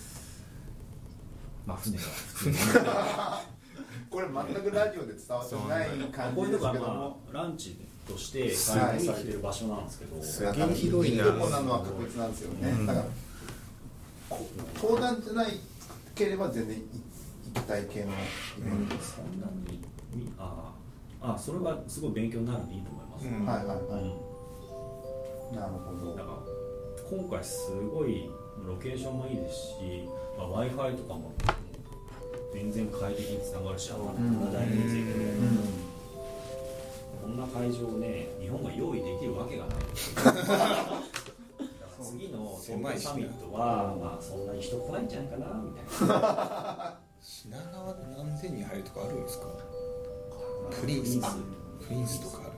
まあ船がこれ全くラジオで伝わってない感じですけども、 ランチとして開放されてる場所なんですけど、 すげえ広いな。 いいとこなのは確実なんですよね。だから登壇じゃないければ全然行きたい系のイベントです。 そんなにそれはすごい勉強になるんでいいと思います。 はいはいはい。なるほど。 だから今回すごいロケーションもいいですし、Wi-Fi とかも全然快適につながるし、こんな大人数でこんな会場をね、日本が用意できるわけがない次の東京サミットは、まあ、そんなに人来ないんじゃないかなみたいな。 品川で何千人入るとかあるんですか。プリンスとかあるんだ。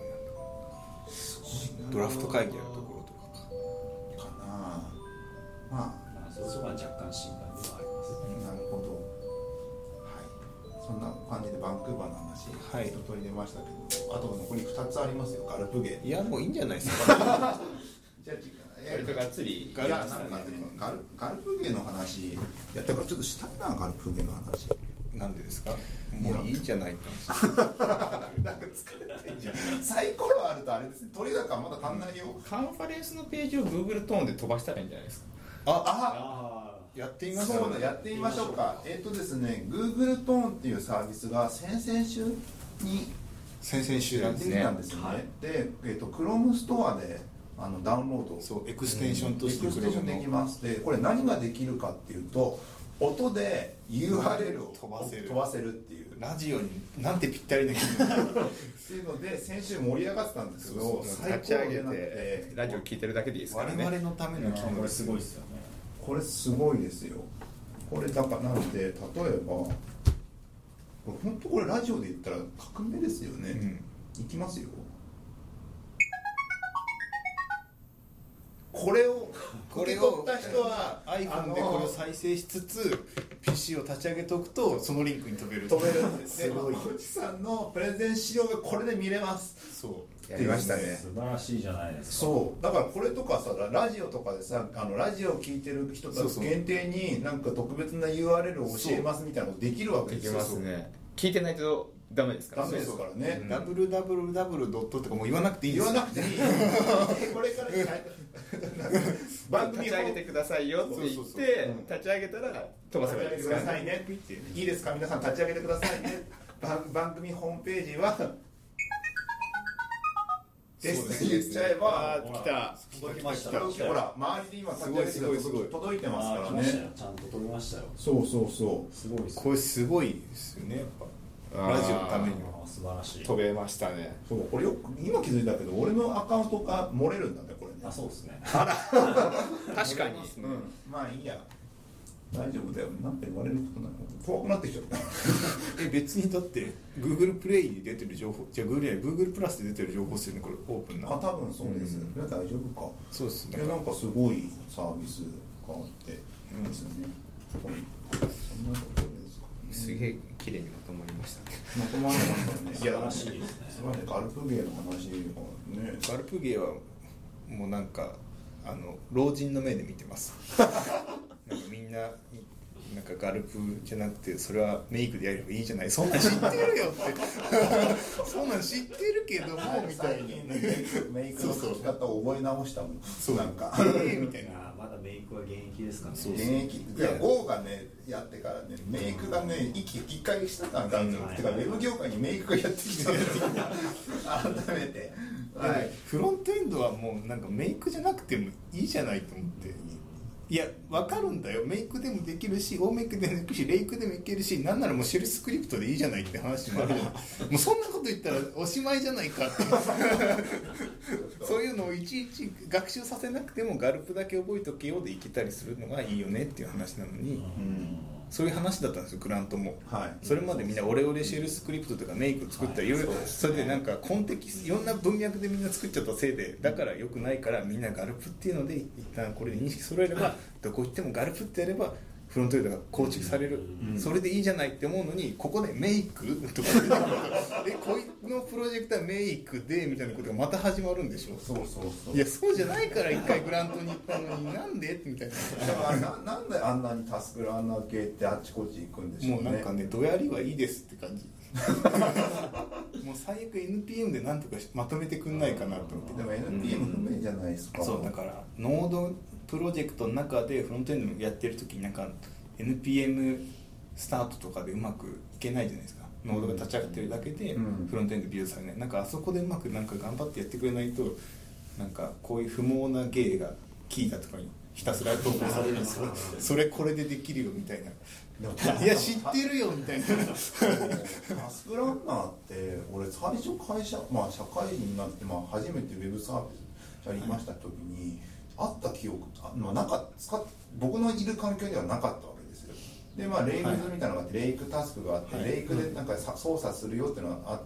ドラフト会議やるところとかかな。まあそういうところは若干心配ではあります。 なるほど。そんな感じでバンクーバーの話、一通り出ましたけど、あと残り2つありますよ。ガルプゲ。 いやもういいんじゃないですか。 じゃ割とがっつりガルプゲの話やったからちょっとしたいな。ガルプゲの話なんでですか。もういいじゃないか。 なんか疲れてんじゃん。サイコロあるとあれですね。取り高まだ足んないよ。 カンファレンスのページを Google トーンで飛ばしたらいいんじゃないですか。 やってみましょう。 そうだ、やってみましょうか。ですね、Google トーンっていうサービスが先々週に先週なんですね。 で、Chrome ストアでダウンロード、 そうエクステンションとしてエクステンションできます。で、これ何ができるかっていうと、音で URL を飛ばせるっていう。 ラジオになんてぴったりな機能っていうので先週盛り上がってたんですけど、 立ち上げてラジオ聞いてるだけでいいですからね。 我々のための機能。 これすごいですよね。 これすごいですよ。これだからなので、例えば本当これラジオで言ったら革命ですよね。いきますよ。これを取った人は iPhone でこれを再生しつつ PC を立ち上げておくとそのリンクに飛べるんですね。小内さんのプレゼン資料がこれで見れます。 そうやりましたね。 素晴らしいじゃないですか。 そうだからこれとかさ、ラジオとかでさ、ラジオを聞いてる人たち限定になんか特別な URL を教えますみたいなことできるわけですよ。 できますね。聞いてないとダメですからね。ダメですからね。 www. とかもう言わなくていいんです。 言わなくていい。これから番組立ち上げてくださいよって言って立ち上げたら飛ばせばいいですからね。いいですか、皆さん立ち上げてくださいね。番組ホームページはですって言っちゃえば、 届きました。 ほら周りで今立ち上げて届いてますからね。 ちゃんと届きましたよ。 そうすごいです。 これすごいですよね。やっぱラジオのためには素晴らしい。 飛べましたね。 そう、これよく今気づいたけど、俺のアカウントが漏れるんだね、これね。 そうですね。 確かに。 まあいいや。大丈夫だよ。なんて言われることない。怖くなってきちゃった。 別にだって Google プレイに出てる情報、じゃあ Google プラスで出てる情報ですよね。これオープンな。 多分そうです。大丈夫か。 そうですね。 なんかすごいサービスがあってですよね。そんなところですか。 すげえ綺麗にまとまりましたね。 まとまりましたね。 素晴らしいですね。 ガルプゲーの話がね。 ガルプゲーはもうなんか老人の目で見てます。なんかみんななんかガルプじゃなくてそれはメイクでやればいいじゃない。そんなん知ってるよってそんなん知ってるけどもみたいな。 メイクの書き方を覚え直したもん。 そうなんかみたいな。 まだメイクは現役ですかね。 現役。いや、ゴーがねやってからね、メイクがね一回した感があるんですよ。てかウェブ業界にメイクがやってきたんですよ。改めてはい、 フロントエンドはもうなんかメイクじゃなくてもいいじゃないと思って、いや分かるんだよ、メイクでもできるしオーメイクでもできるしレイクでもいけるし、なんならもうシェルスクリプトでいいじゃないって話になるじゃないもうそんなこと言ったらおしまいじゃないかってそういうのをいちいち学習させなくてもガルプだけ覚えとけようでいけたりするのがいいよねっていう話なのに、そういう話だったんですよグラントも、はい、それまでみんなオレオレシェルスクリプトとかメイク作ったらいろいろそれでなんかコンテキストいろんな文脈でみんな作っちゃったせいで、だから良くないからみんなガルプっていうので一旦これで認識揃えればどこ行ってもガルプってやればフロントエンドが構築される、それでいいじゃないって思うのに、ここでメイクとかこいのプロジェクトはメイクでみたいなことがまた始まるんでしょ。 そうそうそう、 いやそうじゃないから一回グラントに行ったのになんでみたいななんであんなにタスクランナー系ってあっちこっち行くんでしょうね。 もうなんかねどやりはいいですって感じもう最悪 NPM でなんとかまとめてくんないかなと思って。 でも NPM 不明じゃないですか。 そうだからノードプロジェクトの中でフロントエンドやってる時になんか NPM スタートとかでうまくいけないじゃないですか。ノードが立ち上がってるだけでフロントエンドビューされない、なんかあそこでうまくなんか頑張ってやってくれないと、なんかこういう不毛な芸がキーだとかにひたすら投稿されるんですよそれこれでできるよみたいな、いや知ってるよみたいなタスクランナーって俺最初会社、社会人になって、初めてウェブサービスやりました時に、あった記憶、僕のいる環境ではなかったわけですよ。でレイクズみたいなのがあって、レイクタスクがあって、レイクでなんか操作するよっていうのがあって、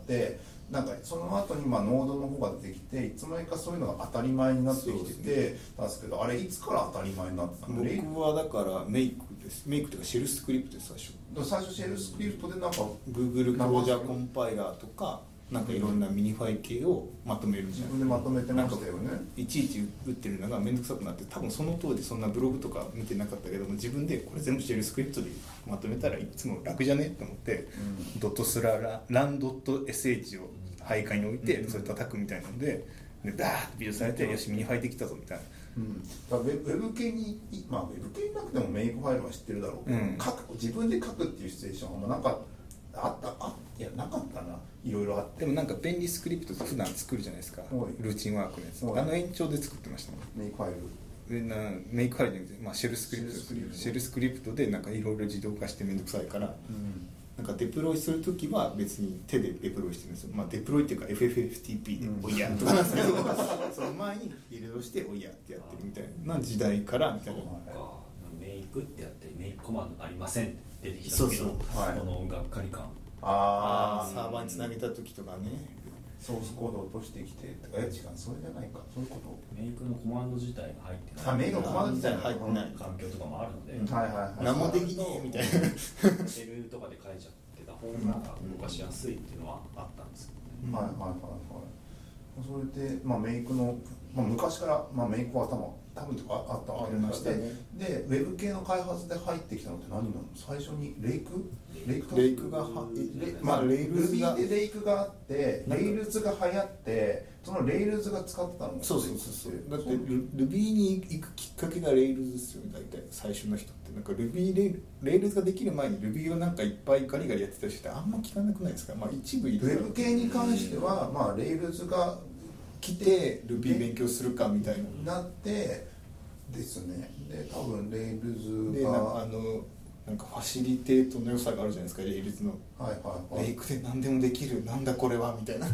なんかその後にノードの方が出てきて、いつの間にかそういうのが当たり前になってきててたんですけど、あれいつから当たり前になってたの？ 僕はだからメイクです。メイクというかシェルスクリプトです。 最初シェルスクリプトでなんか Google クロージャーコンパイラーとかなんかいろんなミニファイ系をまとめるじゃん。 自分でまとめてましたよね。 いちいち打ってるのが面倒くさくなって、多分その当時そんなブログとか見てなかったけども、自分でこれ全部シェルスクリプトでまとめたらいつも楽じゃねと思って、ドットスラランドット sh を配下に置いてそれ叩くみたいなので、ダーッとビデオされて、よしミニファイできたぞみたいな。 だからウェブ系に、ウェブ系になくてもメイクファイルは知ってるだろうけど、自分で書くっていうシチュエーションはなんかいやなかったな、いろいろあって。 でもなんか便利スクリプトって普段作るじゃないですか、ルーチンワークのやつ、あの延長で作ってましたね。 メイクファイルでメイクファイルじゃなくて、シェルスクリプトシェルスクリプトでなんかいろいろ自動化して面倒くさいから、なんかデプロイするときは別に手でデプロイしてるんですよ。デプロイっていうか FFFTP でおいやとかなんですけど、その前にビルドしておいやってやってるみたいな時代からみたいな。 メイクってやってメイクコマンドありませんって出てきた時のこのがっかり感、 サーバーにつなげた時とかね、 ソースコードを落としてきてとか、違う、それじゃないか、そういうこと。 メイクのコマンド自体が入ってない、 メイクのコマンド自体が入ってない環境とかもあるので、 何もできねえみたいなシェルとかで書いちゃってた方が動かしやすいっていうのはあったんですけどね。 それで、メイクの、昔から、メイクは多分とかあったわけでまして、でウェブ系の開発で入ってきたのって何なの？最初にレイクがRubyでレイクがあって、レイルズが流行って、そのレイルズが使ってたの？ そうだって Ruby に行くきっかけがレイルズですよね、大体最初の人って。なんか Ruby レイルズができる前に Ruby をなんかいっぱいガリガリやってた人ってあんま聞かなくないですか？一部いる。 ウェブ系に関しては、レイルズが来て Ruby 勉強するかみたいななってですね。で多分レイルズがなんかファシリテートの良さがあるじゃないですか、レイルズの。レイクで何でもできる、なんだこれはみたいな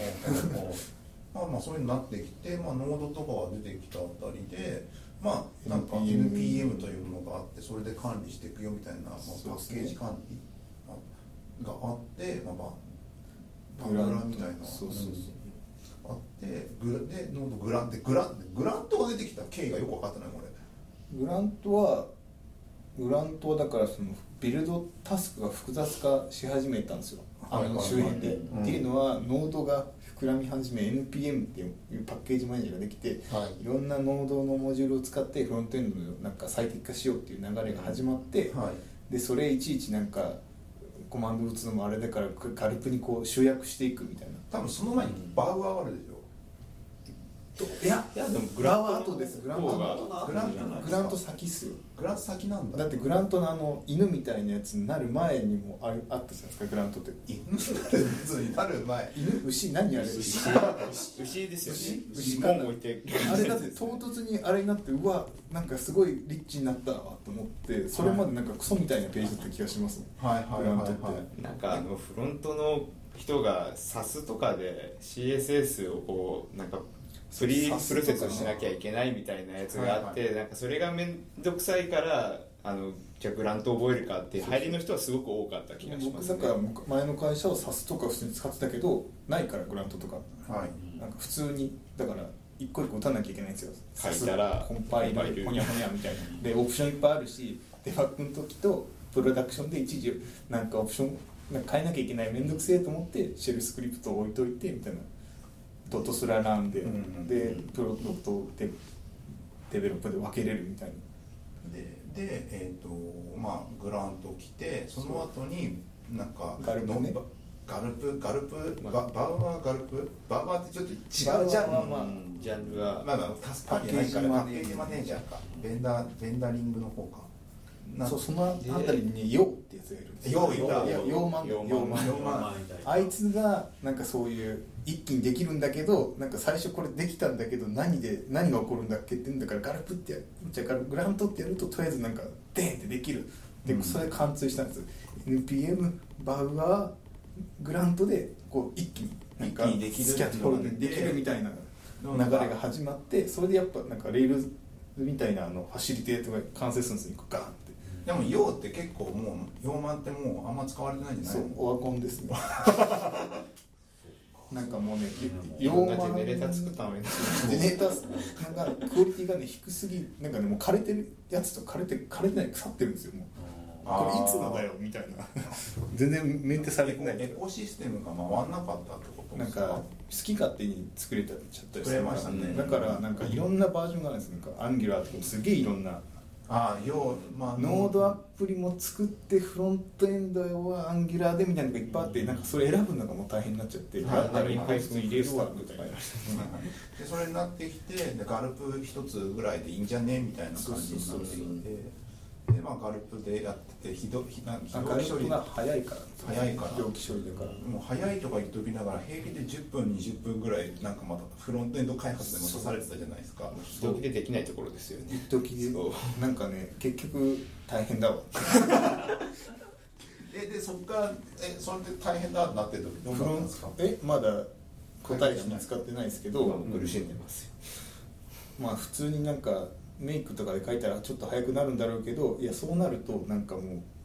そういうのになってきて、ノードとかが出てきたあたりで、なんか NPM というものがあって、それで管理していくよみたいな、パッケージ管理があって、パグラみたいなあって、でノードグラントが出てきた経緯がよく分かってないこれ。 グラントはだからそのビルドタスクが複雑化し始めたんですよ、周辺で。っていうのはノードが膨らみ始め NPM っていうパッケージマネージャーができて、いろんなノードのモジュールを使ってフロントエンドのなんか最適化しようっていう流れが始まって、でそれいちいちなんかコマンド打つのもあれだからガルプにこう集約していくみたいな。 多分その前にバグがあるでしょ。 いやでもグラは後です。グラント先っすよ。 グラント先なんだ。 だってグラントの犬みたいなやつになる前にもあったじゃないですか、グラントって。 犬になる前。 牛何あれ？ 牛ですよね。 牛かな。あれだって唐突にあれになって、うわなんかすごいリッチになったわと思って、それまでなんかクソみたいなページだった気がします。 はいはいはいはい。 なんかフロントの人が SAS とかで CSS をこうなんかプロセスしなきゃいけないみたいなやつがあって、なんかそれがめんどくさいからじゃあグラント覚えるかって入りの人はすごく多かった気がしますね。 僕だから前の会社は SAS とか普通に使ってたけど、ないからグラントとか、はい、なんか普通にだから一個一個打たなきゃいけないんですよ。 書いたらコンパイルほにゃほにゃみたいなでオプションいっぱいあるし、デバッグの時とプロダクションで一時なんかオプションなんか変えなきゃいけない、めんどくせえと思ってシェルスクリプトを置いといてみたいな、ドットスラランで、でプロダクトでデベロップで分けれるみたいな。 でまあグラント来て、その後になんかガルプね、 ガルプバウアーガルプバウアーってちょっと違うジャンルはまあタスパッケージマネージャーかベンダリングの方か。 そのあたりにヨウってやつがいるんですよ。ヨウマンあいつがなんかそういう一気にできるんだけど、なんか最初これできたんだけど何が起こるんだっけって言うんだから、ガルプってやる、じゃあグラントってやるととりあえずなんかデーンってできる。でそれ貫通したんです。NPM バウアーグラントでこう一気になんかスキャットでできるみたいな流れが始まって、それでやっぱなんかレールズみたいなファシリテートが完成するんですよ、ガーンって。 でもヨウって結構もうヨーマンってもうあんま使われてないんじゃないの？ そう、オワコンですね。なんかもうね、 ヨーマンジェネレーター作ったのにジェネレーターなんかクオリティがね低すぎ、なんかねもう枯れてるやつと枯れてない腐ってるんですよ。もうこれいつのだよみたいな。全然メンテされてない。 エコシステムが回んなかったってことですか？なんか好き勝手に作れちゃったりするましたね。 だからなんかいろんなバージョンがあるんですよ。なんかアンギュラーとかすげえいろんな。ノードアプリも作ってフロントエンドはアンギュラーでみたいなのがいっぱいあって、なんかそれ選ぶのがもう大変になっちゃって、だったらいっぱい入れるわみたいな。でそれになってきて、ガルプ一つぐらいでいいんじゃねみたいな感じになってきて。でまあ、ガルプでやっててガルプが早いから容器処理だからもう早いとか言っときながら平気で10分20分ぐらいなんかまたフロントエンド開発でも刺されてたじゃないですか。 一時でできないところですよね。 一時でなんかね結局大変だわ。 でそっからそれで大変だってなってる時どうなったんですか？ まだ答えが見つかってないですけど、 苦しんでますよ。 まあ普通になんかメイクとかで書いたらちょっと早くなるんだろうけど、いやそうなるとなんかもう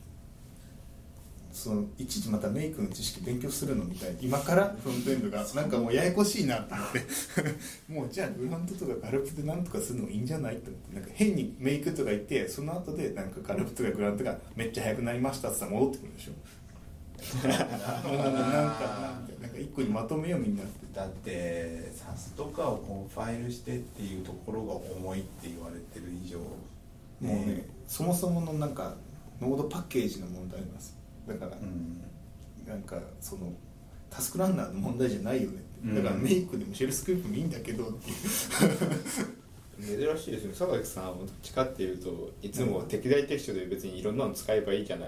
そのいちいちまたメイクの知識勉強するのみたいな、今からフロントエンドがなんかもうややこしいなと思ってもうじゃあグラントとかガルプでなんとかするのもいいんじゃないと思って、なんか変にメイクとか言ってその後でなんかガルプとかグラントがめっちゃ早くなりましたって言ったら戻ってくるでしょ。なんか一個にまとめようみんなって。 だってSASとかをコンファイルしてっていうところが重いって言われてる以上、 もうねそもそものなんかノードパッケージの問題なんです。だから、なんかそのタスクランナーの問題じゃないよねって。だからメイクでもシェルスクリプトもいいんだけどっていう珍しいですね。佐々木さんはどっちかっていうといつも適材適所で別にいろんなの使えばいいじゃない。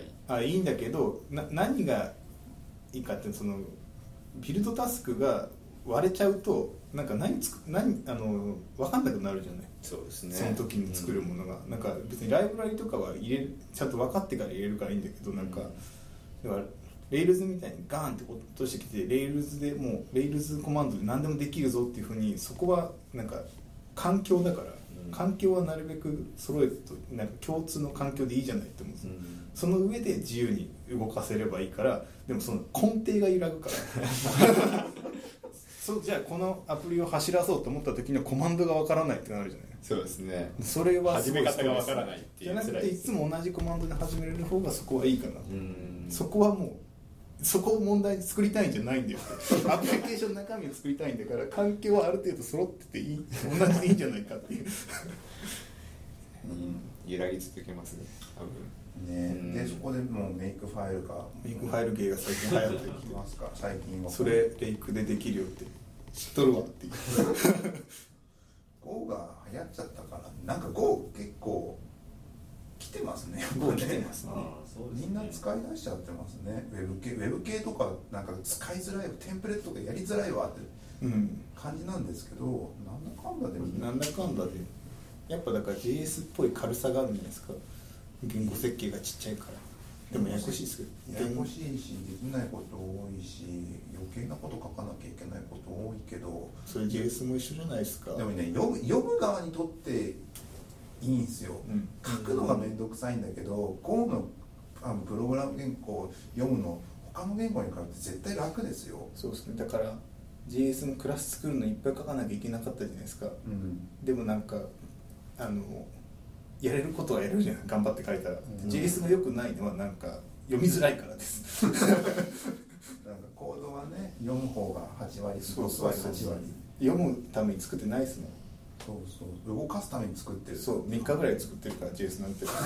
いいんだけど何がいいかってそのビルドタスクが割れちゃうとなんか分かんなくなるじゃない。 そうですね。 その時に作るものが、なんか別にライブラリとかはちゃんと分かってから入れるからいいんだけど、なんかだからレールズみたいにガーンって落としてきてレールズでもうレールズコマンドで何でもできるぞっていうふうに、そこはなんか環境だから、環境はなるべく揃えるとなんか共通の環境でいいじゃないって思うんですよ。その上で自由に動かせればいいから、でもその根底が揺らぐからじゃあこのアプリを走らそうと思った時にはコマンドがわからないってなるじゃない。 そうですね。 それは始め方がわからないっていう。 じゃなくていつも同じコマンドで始めれる方がそこはいいかな。そこはもうそこを問題に作りたいんじゃないんだよアプリケーションの中身を作りたいんだから、環境はある程度揃ってていい、同じでいいんじゃないかっていう揺らぎ続けますね多分ね。でそこでもうメイクファイル系が最近流行ってきてますか。最近はそれレイクでできるよって知っとるわっていう Go が流行っちゃったからなんか Go 結構来てますね。 Go 来てますね。 みんな使い出しちゃってますね。ウェブ系とかなんか使いづらいテンプレートとかやりづらいわって感じなんですけど、なんだかんだでなんだかんだでやっぱだから JS っぽい軽さがあるんじゃないですか。言語設計がちっちゃいから。でもややこしいですけど、 ややこしいしできないこと多いし余計なこと書かなきゃいけないこと多いけど、 それ JS も一緒じゃないですか。 でもね読む側にとっていいんですよ、書くのがめんどくさいんだけど Go のプログラム言語読むの他の言語に比べて絶対楽ですよ。 そうですね。だから JS のクラス作るのいっぱい書かなきゃいけなかったじゃないですか、でもなんかやれることはやれるじゃない、頑張って書いたら、JS が良くないのはなんか読みづらいからですなんかコードはね読む方が8割6割8割読むために作ってないですもん。 そう動かすために作ってる。 そう3日ぐらい作ってるから JS なんて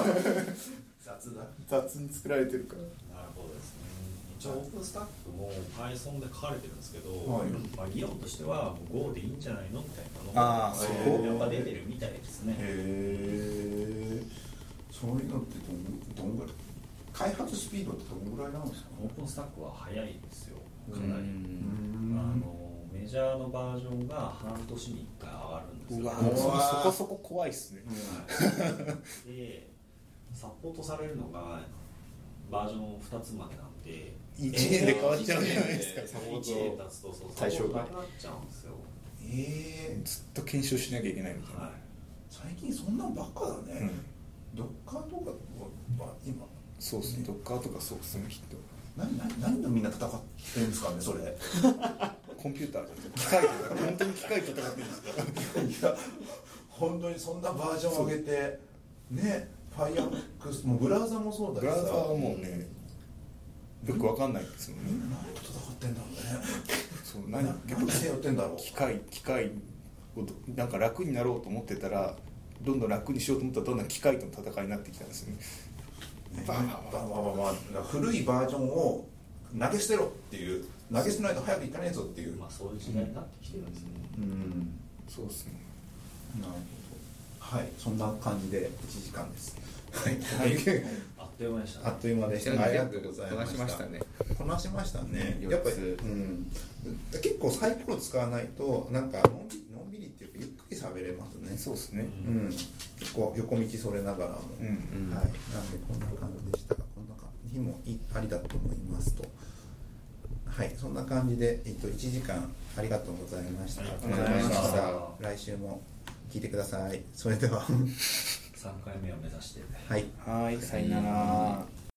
雑に作られてるから。 なるほどですね。一応オープンスタックも Python で書かれてるんですけど、まあ、議論としては Go でいいんじゃないのみたいなのがやっぱ出てるみたいですね。 そういうのってどんぐらい開発スピードってどんぐらいなんですか？ オープンスタックは早いですよ、かなり。メジャーのバージョンが半年に1回上がるんですよ。 そこそこ怖いっすね、 でサポートされるのがバージョン2つまでなんで 1年で変わっちゃうじゃないですか。 サポート1年経つとサポートなくなっちゃうんですよ。 ずっと検証しなきゃいけないみたいな、 最近そんなんばっかだね、ドッカーとかは今そうですね、ドッカーとかそうですね、きっと何のみんな戦ってるんですかね、それコンピューター機械とか本当に機械と戦ってるんですかいや本当にそんなバージョン上げてね、Firefox もブラウザもそうだけどさ、 ブラウザはもうねよくわかんないですもんね。 みんな何と戦ってんだろうねそう何背負ってんだろう。 機械をなんか楽になろうと思ってたらどんどん楽にしようと思ったらどんどん機械との戦いになってきたんですよね。 古いバージョンを投げ捨てろっていう、投げ捨てないと早くいかないぞっていう、 まあそういう時代になってきてるんですね。 そうですね。 なるほど。はい、そんな感じで1時間です。はい、 あっという間でしたね。 あっという間でした。ありがとうございました。 こなしましたね。 こなしましたね。やっぱり、結構サイコロ使わないとなんかのんびりっていうかゆっくり喋れますね。 そうですね。 結構横道それながらも、はい。なんでこんな感じでしたが、こんな感じもありだと思いますと。はい、そんな感じで1時間ありがとうございました。来週も聞いてください。それでは 3回目を目指して。 はい。 さよなら。